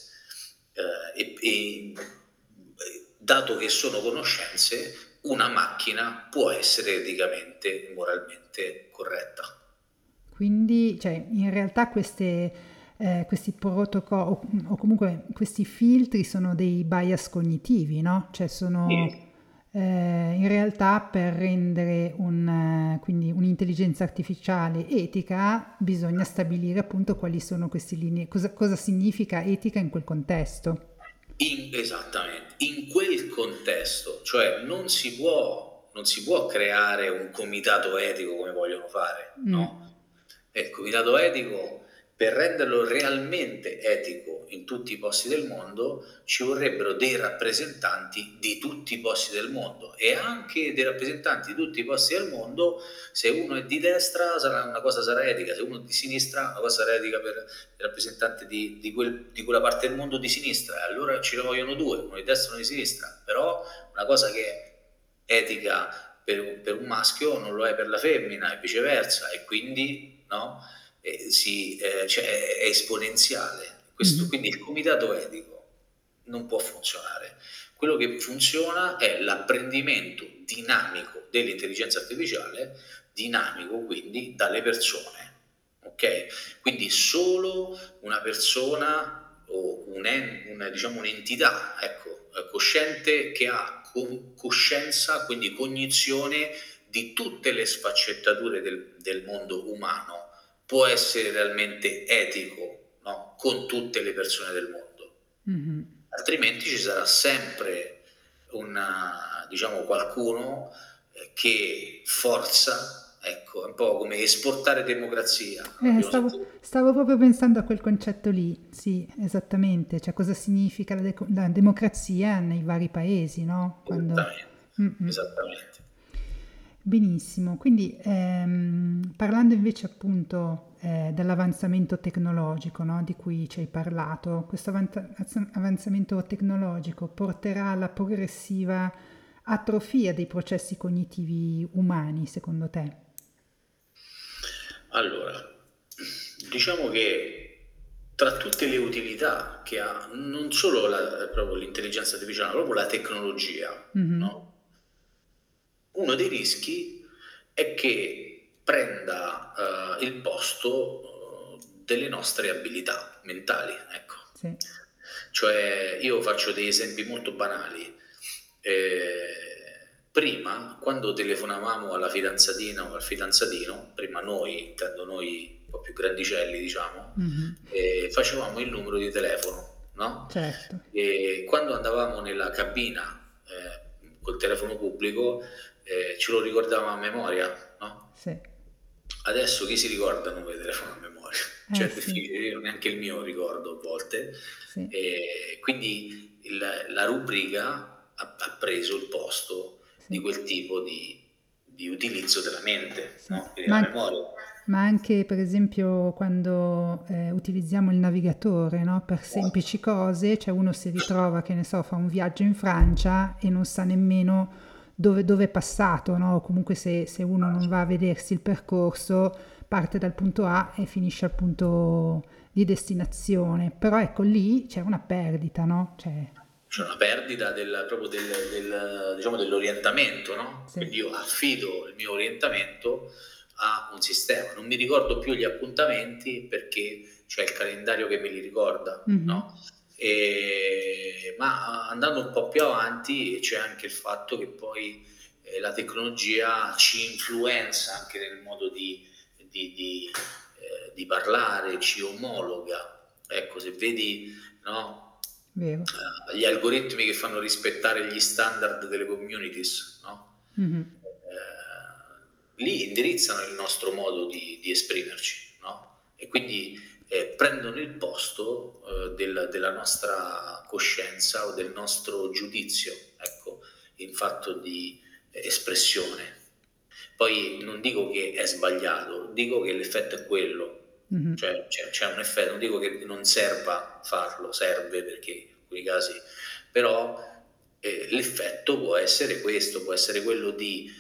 e dato che sono conoscenze, una macchina può essere eticamente e moralmente corretta. Quindi, cioè, in realtà questi protocolli o comunque questi filtri sono dei bias cognitivi, no? Cioè sono Sì. in realtà per rendere quindi un'intelligenza artificiale etica bisogna stabilire appunto quali sono queste linee, cosa significa etica in quel contesto. Esattamente, in quel contesto, cioè non si può creare un comitato etico come vogliono fare, no? Il comitato etico, per renderlo realmente etico in tutti i posti del mondo, ci vorrebbero dei rappresentanti di tutti i posti del mondo, e anche dei rappresentanti di tutti i posti del mondo. Se uno è di destra una cosa sarà etica, se uno è di sinistra una cosa sarà etica per il rappresentante di quella parte del mondo di sinistra, e allora ce ne vogliono due, uno di destra e uno di sinistra. Però una cosa che è etica per un maschio non lo è per la femmina e viceversa, e quindi no, cioè, è esponenziale questo. Quindi il comitato etico non può funzionare. Quello che funziona è l'apprendimento dinamico dell'intelligenza artificiale, dinamico quindi dalle persone, ok? Quindi solo una persona o diciamo un'entità, ecco, cosciente, che ha coscienza, quindi cognizione di tutte le sfaccettature del mondo umano, può essere realmente etico, no? Con tutte le persone del mondo. Altrimenti ci sarà sempre diciamo qualcuno che forza, ecco, è un po' come esportare democrazia. Abbiamo sentito. Stavo proprio pensando a quel concetto lì, sì, esattamente, cioè cosa significa la democrazia nei vari paesi, no? Quando... Esattamente, Mm, mm. esattamente. Benissimo, quindi parlando invece appunto dell'avanzamento tecnologico, no, di cui ci hai parlato, questo avanzamento tecnologico porterà alla progressiva atrofia dei processi cognitivi umani, secondo te? Allora, diciamo che tra tutte le utilità che ha non solo proprio l'intelligenza artificiale, ma proprio la tecnologia, Mhm. no? Uno dei rischi è che prenda il posto delle nostre abilità mentali, ecco. Sì, Cioè, io faccio degli esempi molto banali. Prima, quando telefonavamo alla fidanzatina o al fidanzatino, prima noi, intendo noi un po' più grandicelli, diciamo, mhm. facevamo il numero di telefono, no? Certo, E quando andavamo nella cabina col telefono pubblico, ce lo ricordavamo a memoria, no? sì, Adesso chi si ricorda il numero di telefono a memoria? Cioè è sì, difficile, io neanche il mio ricordo a volte. sì, Quindi la rubrica ha preso il posto di sì. quel tipo di utilizzo della mente, Sì, no? Quindi la memoria. ma anche per esempio quando utilizziamo il navigatore, no, per semplici cose, cioè uno si ritrova, che ne so, fa un viaggio in Francia e non sa nemmeno dove è passato, no? O comunque se uno non va a vedersi il percorso, parte dal punto A e finisce al punto di destinazione. Però ecco lì c'è una perdita, no? Cioè, C'è una perdita proprio diciamo, dell'orientamento, no? sì. Quindi io affido il mio orientamento a un sistema, non mi ricordo più gli appuntamenti perché c'è il calendario che me li ricorda, Mhm. no? Ma andando un po' più avanti c'è anche il fatto che poi la tecnologia ci influenza anche nel modo di, di, di parlare, ci omologa. Ecco, se vedi, no? Vero. Gli algoritmi che fanno rispettare gli standard delle communities, no? Mhm. Lì indirizzano il nostro modo di esprimerci, no? E quindi prendono il posto della nostra coscienza o del nostro giudizio, ecco, in fatto di espressione. Poi non dico che è sbagliato, dico che l'effetto è quello, Mhm. cioè c'è un effetto, non dico che non serva farlo, serve perché in alcuni casi, però l'effetto può essere questo, può essere quello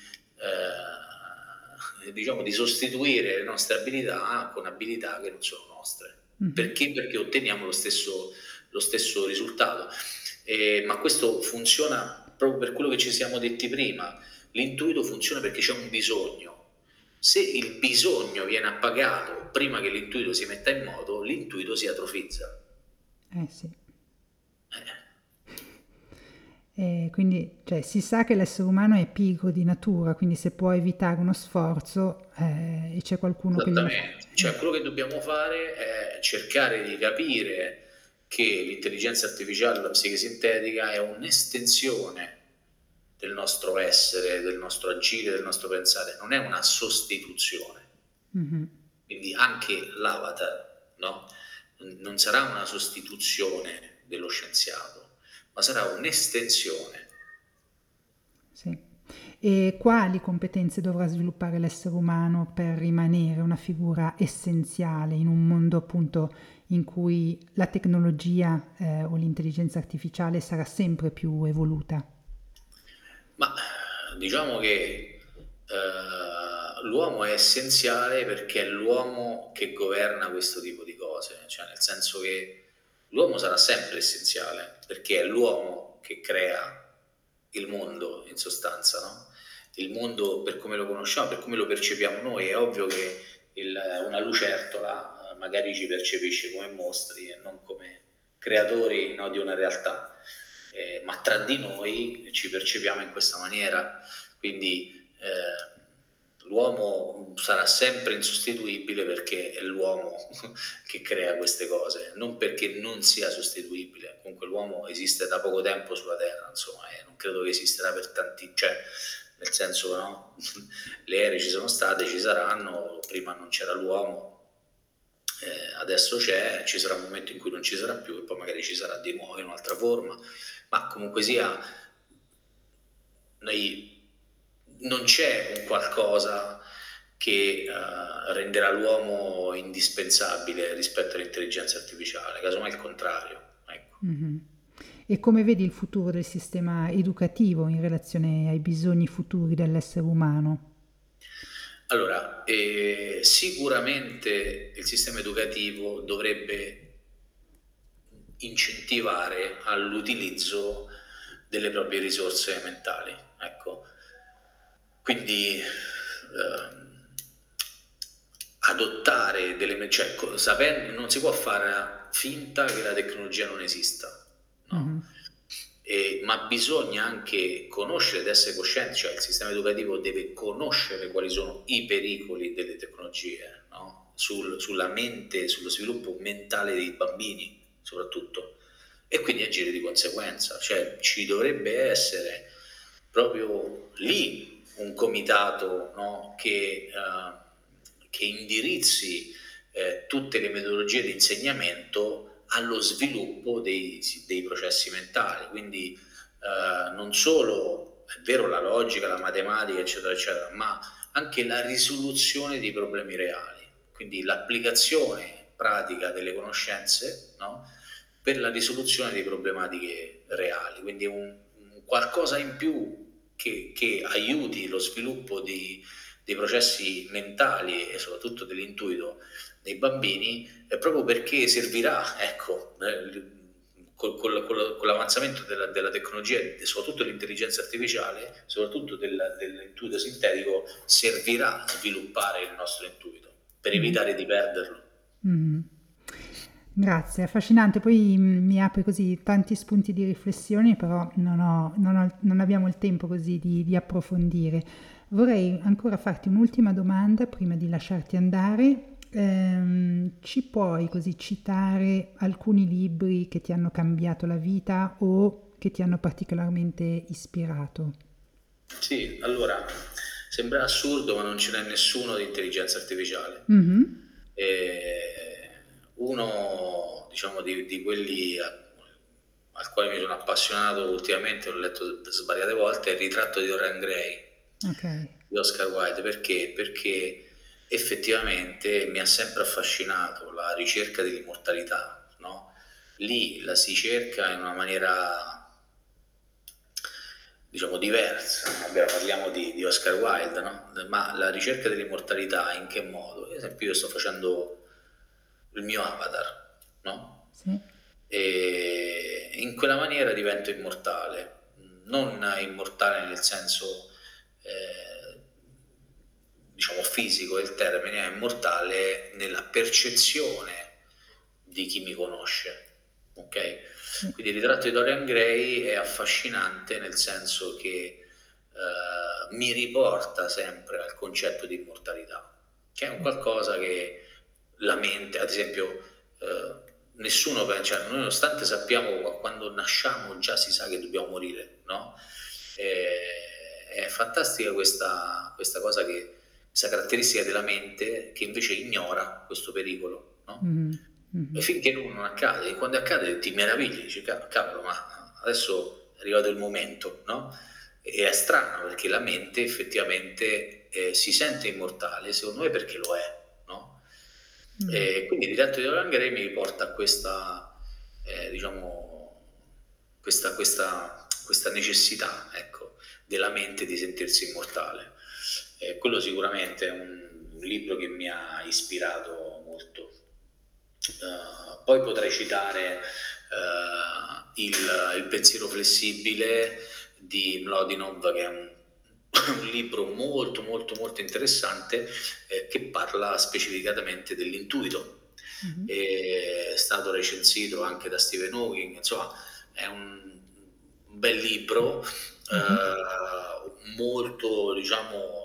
diciamo, di sostituire le nostre abilità con abilità che non sono nostre. Mhm. Perché? Perché otteniamo lo stesso risultato. Ma questo funziona proprio per quello che ci siamo detti prima. L'intuito funziona perché c'è un bisogno. Se il bisogno viene appagato prima che l'intuito si metta in moto, l'intuito si atrofizza. Sì. Eh, E quindi cioè, si sa che l'essere umano è pigro di natura, quindi se può evitare uno sforzo e c'è qualcuno che gli... Esattamente, cioè quello che dobbiamo fare è cercare di capire che l'intelligenza artificiale, la psiche sintetica è un'estensione del nostro essere, del nostro agire, del nostro pensare, non è una sostituzione. Mhm. Quindi anche l'avatar, no? Non sarà una sostituzione dello scienziato, ma sarà un'estensione. Sì. E quali competenze dovrà sviluppare l'essere umano per rimanere una figura essenziale in un mondo appunto in cui la tecnologia o l'intelligenza artificiale sarà sempre più evoluta? Ma diciamo che l'uomo è essenziale perché è l'uomo che governa questo tipo di cose, cioè nel senso che l'uomo sarà sempre essenziale perché è l'uomo che crea il mondo in sostanza, no? Il mondo per come lo conosciamo, per come lo percepiamo noi, è ovvio che una lucertola magari ci percepisce come mostri e non come creatori, no, di una realtà, ma tra di noi ci percepiamo in questa maniera, quindi l'uomo sarà sempre insostituibile perché è l'uomo che crea queste cose, non perché non sia sostituibile. Comunque l'uomo esiste da poco tempo sulla Terra, insomma, non credo che esisterà per tanti, cioè nel senso, no? Le ere ci sono state, ci saranno, prima non c'era l'uomo, adesso c'è, ci sarà un momento in cui non ci sarà più e poi magari ci sarà di nuovo in un'altra forma, ma comunque sia, non c'è un qualcosa che renderà l'uomo indispensabile rispetto all'intelligenza artificiale, casomai il contrario. Ecco. Mhm. E come vedi il futuro del sistema educativo in relazione ai bisogni futuri dell'essere umano? Allora, sicuramente il sistema educativo dovrebbe incentivare all'utilizzo delle proprie risorse mentali. Ecco. Quindi adottare cioè, sapendo, non si può fare finta che la tecnologia non esista, no? Mhm. Ma bisogna anche conoscere ed essere coscienti, cioè il sistema educativo deve conoscere quali sono i pericoli delle tecnologie, no? Sulla mente, sullo sviluppo mentale dei bambini soprattutto, e quindi agire di conseguenza, cioè ci dovrebbe essere proprio lì un comitato, no? Che indirizzi tutte le metodologie di insegnamento allo sviluppo dei processi mentali, quindi non solo, è vero, la logica, la matematica, eccetera, eccetera, ma anche la risoluzione dei problemi reali, quindi l'applicazione pratica delle conoscenze, no? Per la risoluzione di problematiche reali, quindi un qualcosa in più che aiuti lo sviluppo dei processi mentali e soprattutto dell'intuito dei bambini, proprio perché servirà, ecco, con l'avanzamento della tecnologia e soprattutto dell'intelligenza artificiale, soprattutto dell'intuito sintetico, servirà a sviluppare il nostro intuito per Mhm. evitare di perderlo. Mhm. Grazie, affascinante. Poi mi apre così tanti spunti di riflessione, però non abbiamo il tempo così di approfondire. Vorrei ancora farti un'ultima domanda prima di lasciarti andare. Ci puoi così citare alcuni libri che ti hanno cambiato la vita o che ti hanno particolarmente ispirato? Sì, allora, sembra assurdo, ma non ce n'è nessuno di intelligenza artificiale. Mhm. Uno, diciamo, di quelli al quale mi sono appassionato ultimamente, l'ho letto svariate volte, è Il ritratto di Dorian Gray Ok. di Oscar Wilde. Perché? Perché effettivamente mi ha sempre affascinato la ricerca dell'immortalità, no? Lì la si cerca in una maniera, diciamo, diversa. Vabbè, parliamo di Oscar Wilde, no? Ma la ricerca dell'immortalità in che modo? Ad esempio io sto facendo il mio avatar, no? Sì. E in quella maniera divento immortale, non immortale nel senso diciamo fisico del termine, è immortale nella percezione di chi mi conosce, ok? Sì. Quindi il ritratto di Dorian Gray è affascinante nel senso che mi riporta sempre al concetto di immortalità, che è un qualcosa che la mente, ad esempio, nessuno pensa, cioè, noi nonostante sappiamo quando nasciamo già si sa che dobbiamo morire, no? È fantastica questa cosa questa caratteristica della mente che invece ignora questo pericolo, no? Mhm. E Mhm. finché non accade, e quando accade ti meravigli, dici cavolo, ma adesso è arrivato il momento, no? E è strano perché la mente effettivamente si sente immortale, secondo me perché lo è, no? Mm. E quindi il ritratto di Dorian Gray mi porta a questa, diciamo, questa necessità, ecco, della mente di sentirsi immortale. Quello sicuramente è un libro che mi ha ispirato molto. Poi potrei citare il pensiero flessibile di Mlodinov, che è un libro molto molto molto interessante che parla specificatamente dell'intuito. Mhm. È stato recensito anche da Stephen Hawking, insomma è un bel libro, Mhm. molto, diciamo,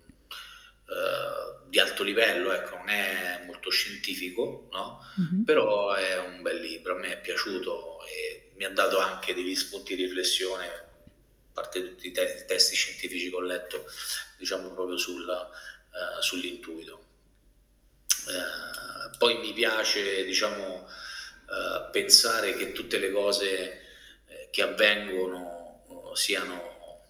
di alto livello, ecco, non è molto scientifico, no? Mhm. Però è un bel libro, a me è piaciuto e mi ha dato anche degli spunti di riflessione parte tutti i testi scientifici che ho letto, diciamo proprio sull'intuito. Poi mi piace, diciamo, pensare che tutte le cose che avvengono siano...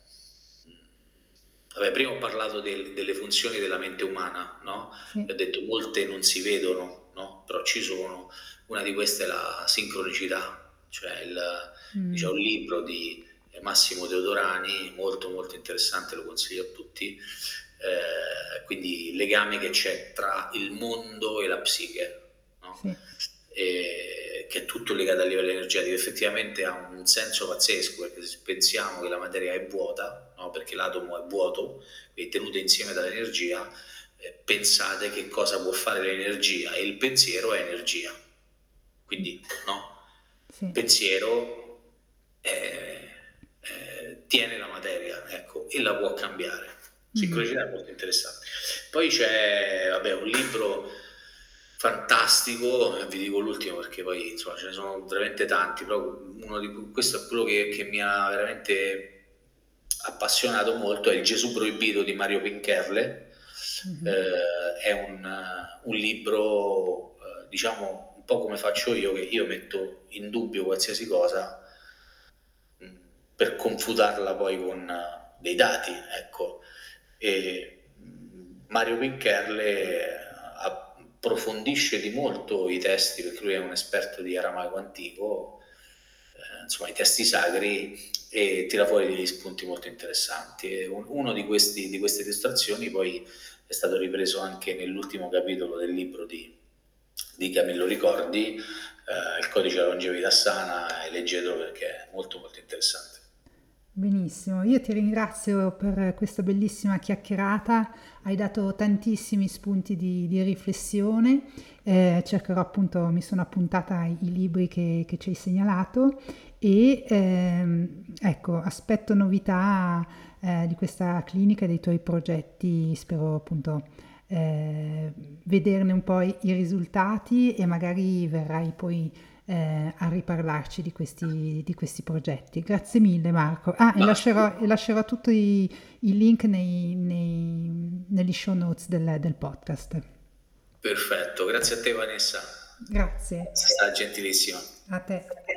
Vabbè, prima ho parlato delle funzioni della mente umana, no? Sì. Ho detto molte non si vedono, no? Però ci sono. Una di queste è la sincronicità, cioè c'è un libro di Massimo Teodorani, molto molto interessante, lo consiglio a tutti, quindi il legame che c'è tra il mondo e la psiche, no? Sì. Che è tutto legato a livello energetico, effettivamente ha un senso pazzesco, perché se pensiamo che la materia è vuota, no? Perché l'atomo è vuoto, quindi tenuto insieme dall'energia, pensate che cosa può fare l'energia, e il pensiero è energia, quindi no? Sì. Il pensiero tiene la materia, ecco, e la può cambiare. Sincronicità è molto interessante. Poi c'è, vabbè, un libro fantastico, vi dico l'ultimo perché poi insomma ce ne sono veramente tanti, però questo è quello che mi ha veramente appassionato molto, è Il Gesù proibito di Mario Pincherle. È un libro, diciamo, un po' come faccio io, che io metto in dubbio qualsiasi cosa per confutarla poi con dei dati, ecco. E Mario Pincherle approfondisce di molto i testi, perché lui è un esperto di aramaico antico, insomma i testi sacri, e tira fuori degli spunti molto interessanti. E uno di queste illustrazioni poi è stato ripreso anche nell'ultimo capitolo del libro di Camillo Ricordi, Il codice della longevità sana, e leggetelo perché è molto molto interessante. Benissimo, io ti ringrazio per questa bellissima chiacchierata, hai dato tantissimi spunti di riflessione, cercherò appunto, mi sono appuntata i libri che ci hai segnalato e ecco, aspetto novità di questa clinica e dei tuoi progetti, spero appunto vederne un po' i risultati e magari verrai poi a riparlarci di questi progetti. Grazie mille Marco. Ah, e lascerò tutti i link negli show notes del podcast. Perfetto, grazie a te Vanessa, Grazie. sei stata gentilissima. A te.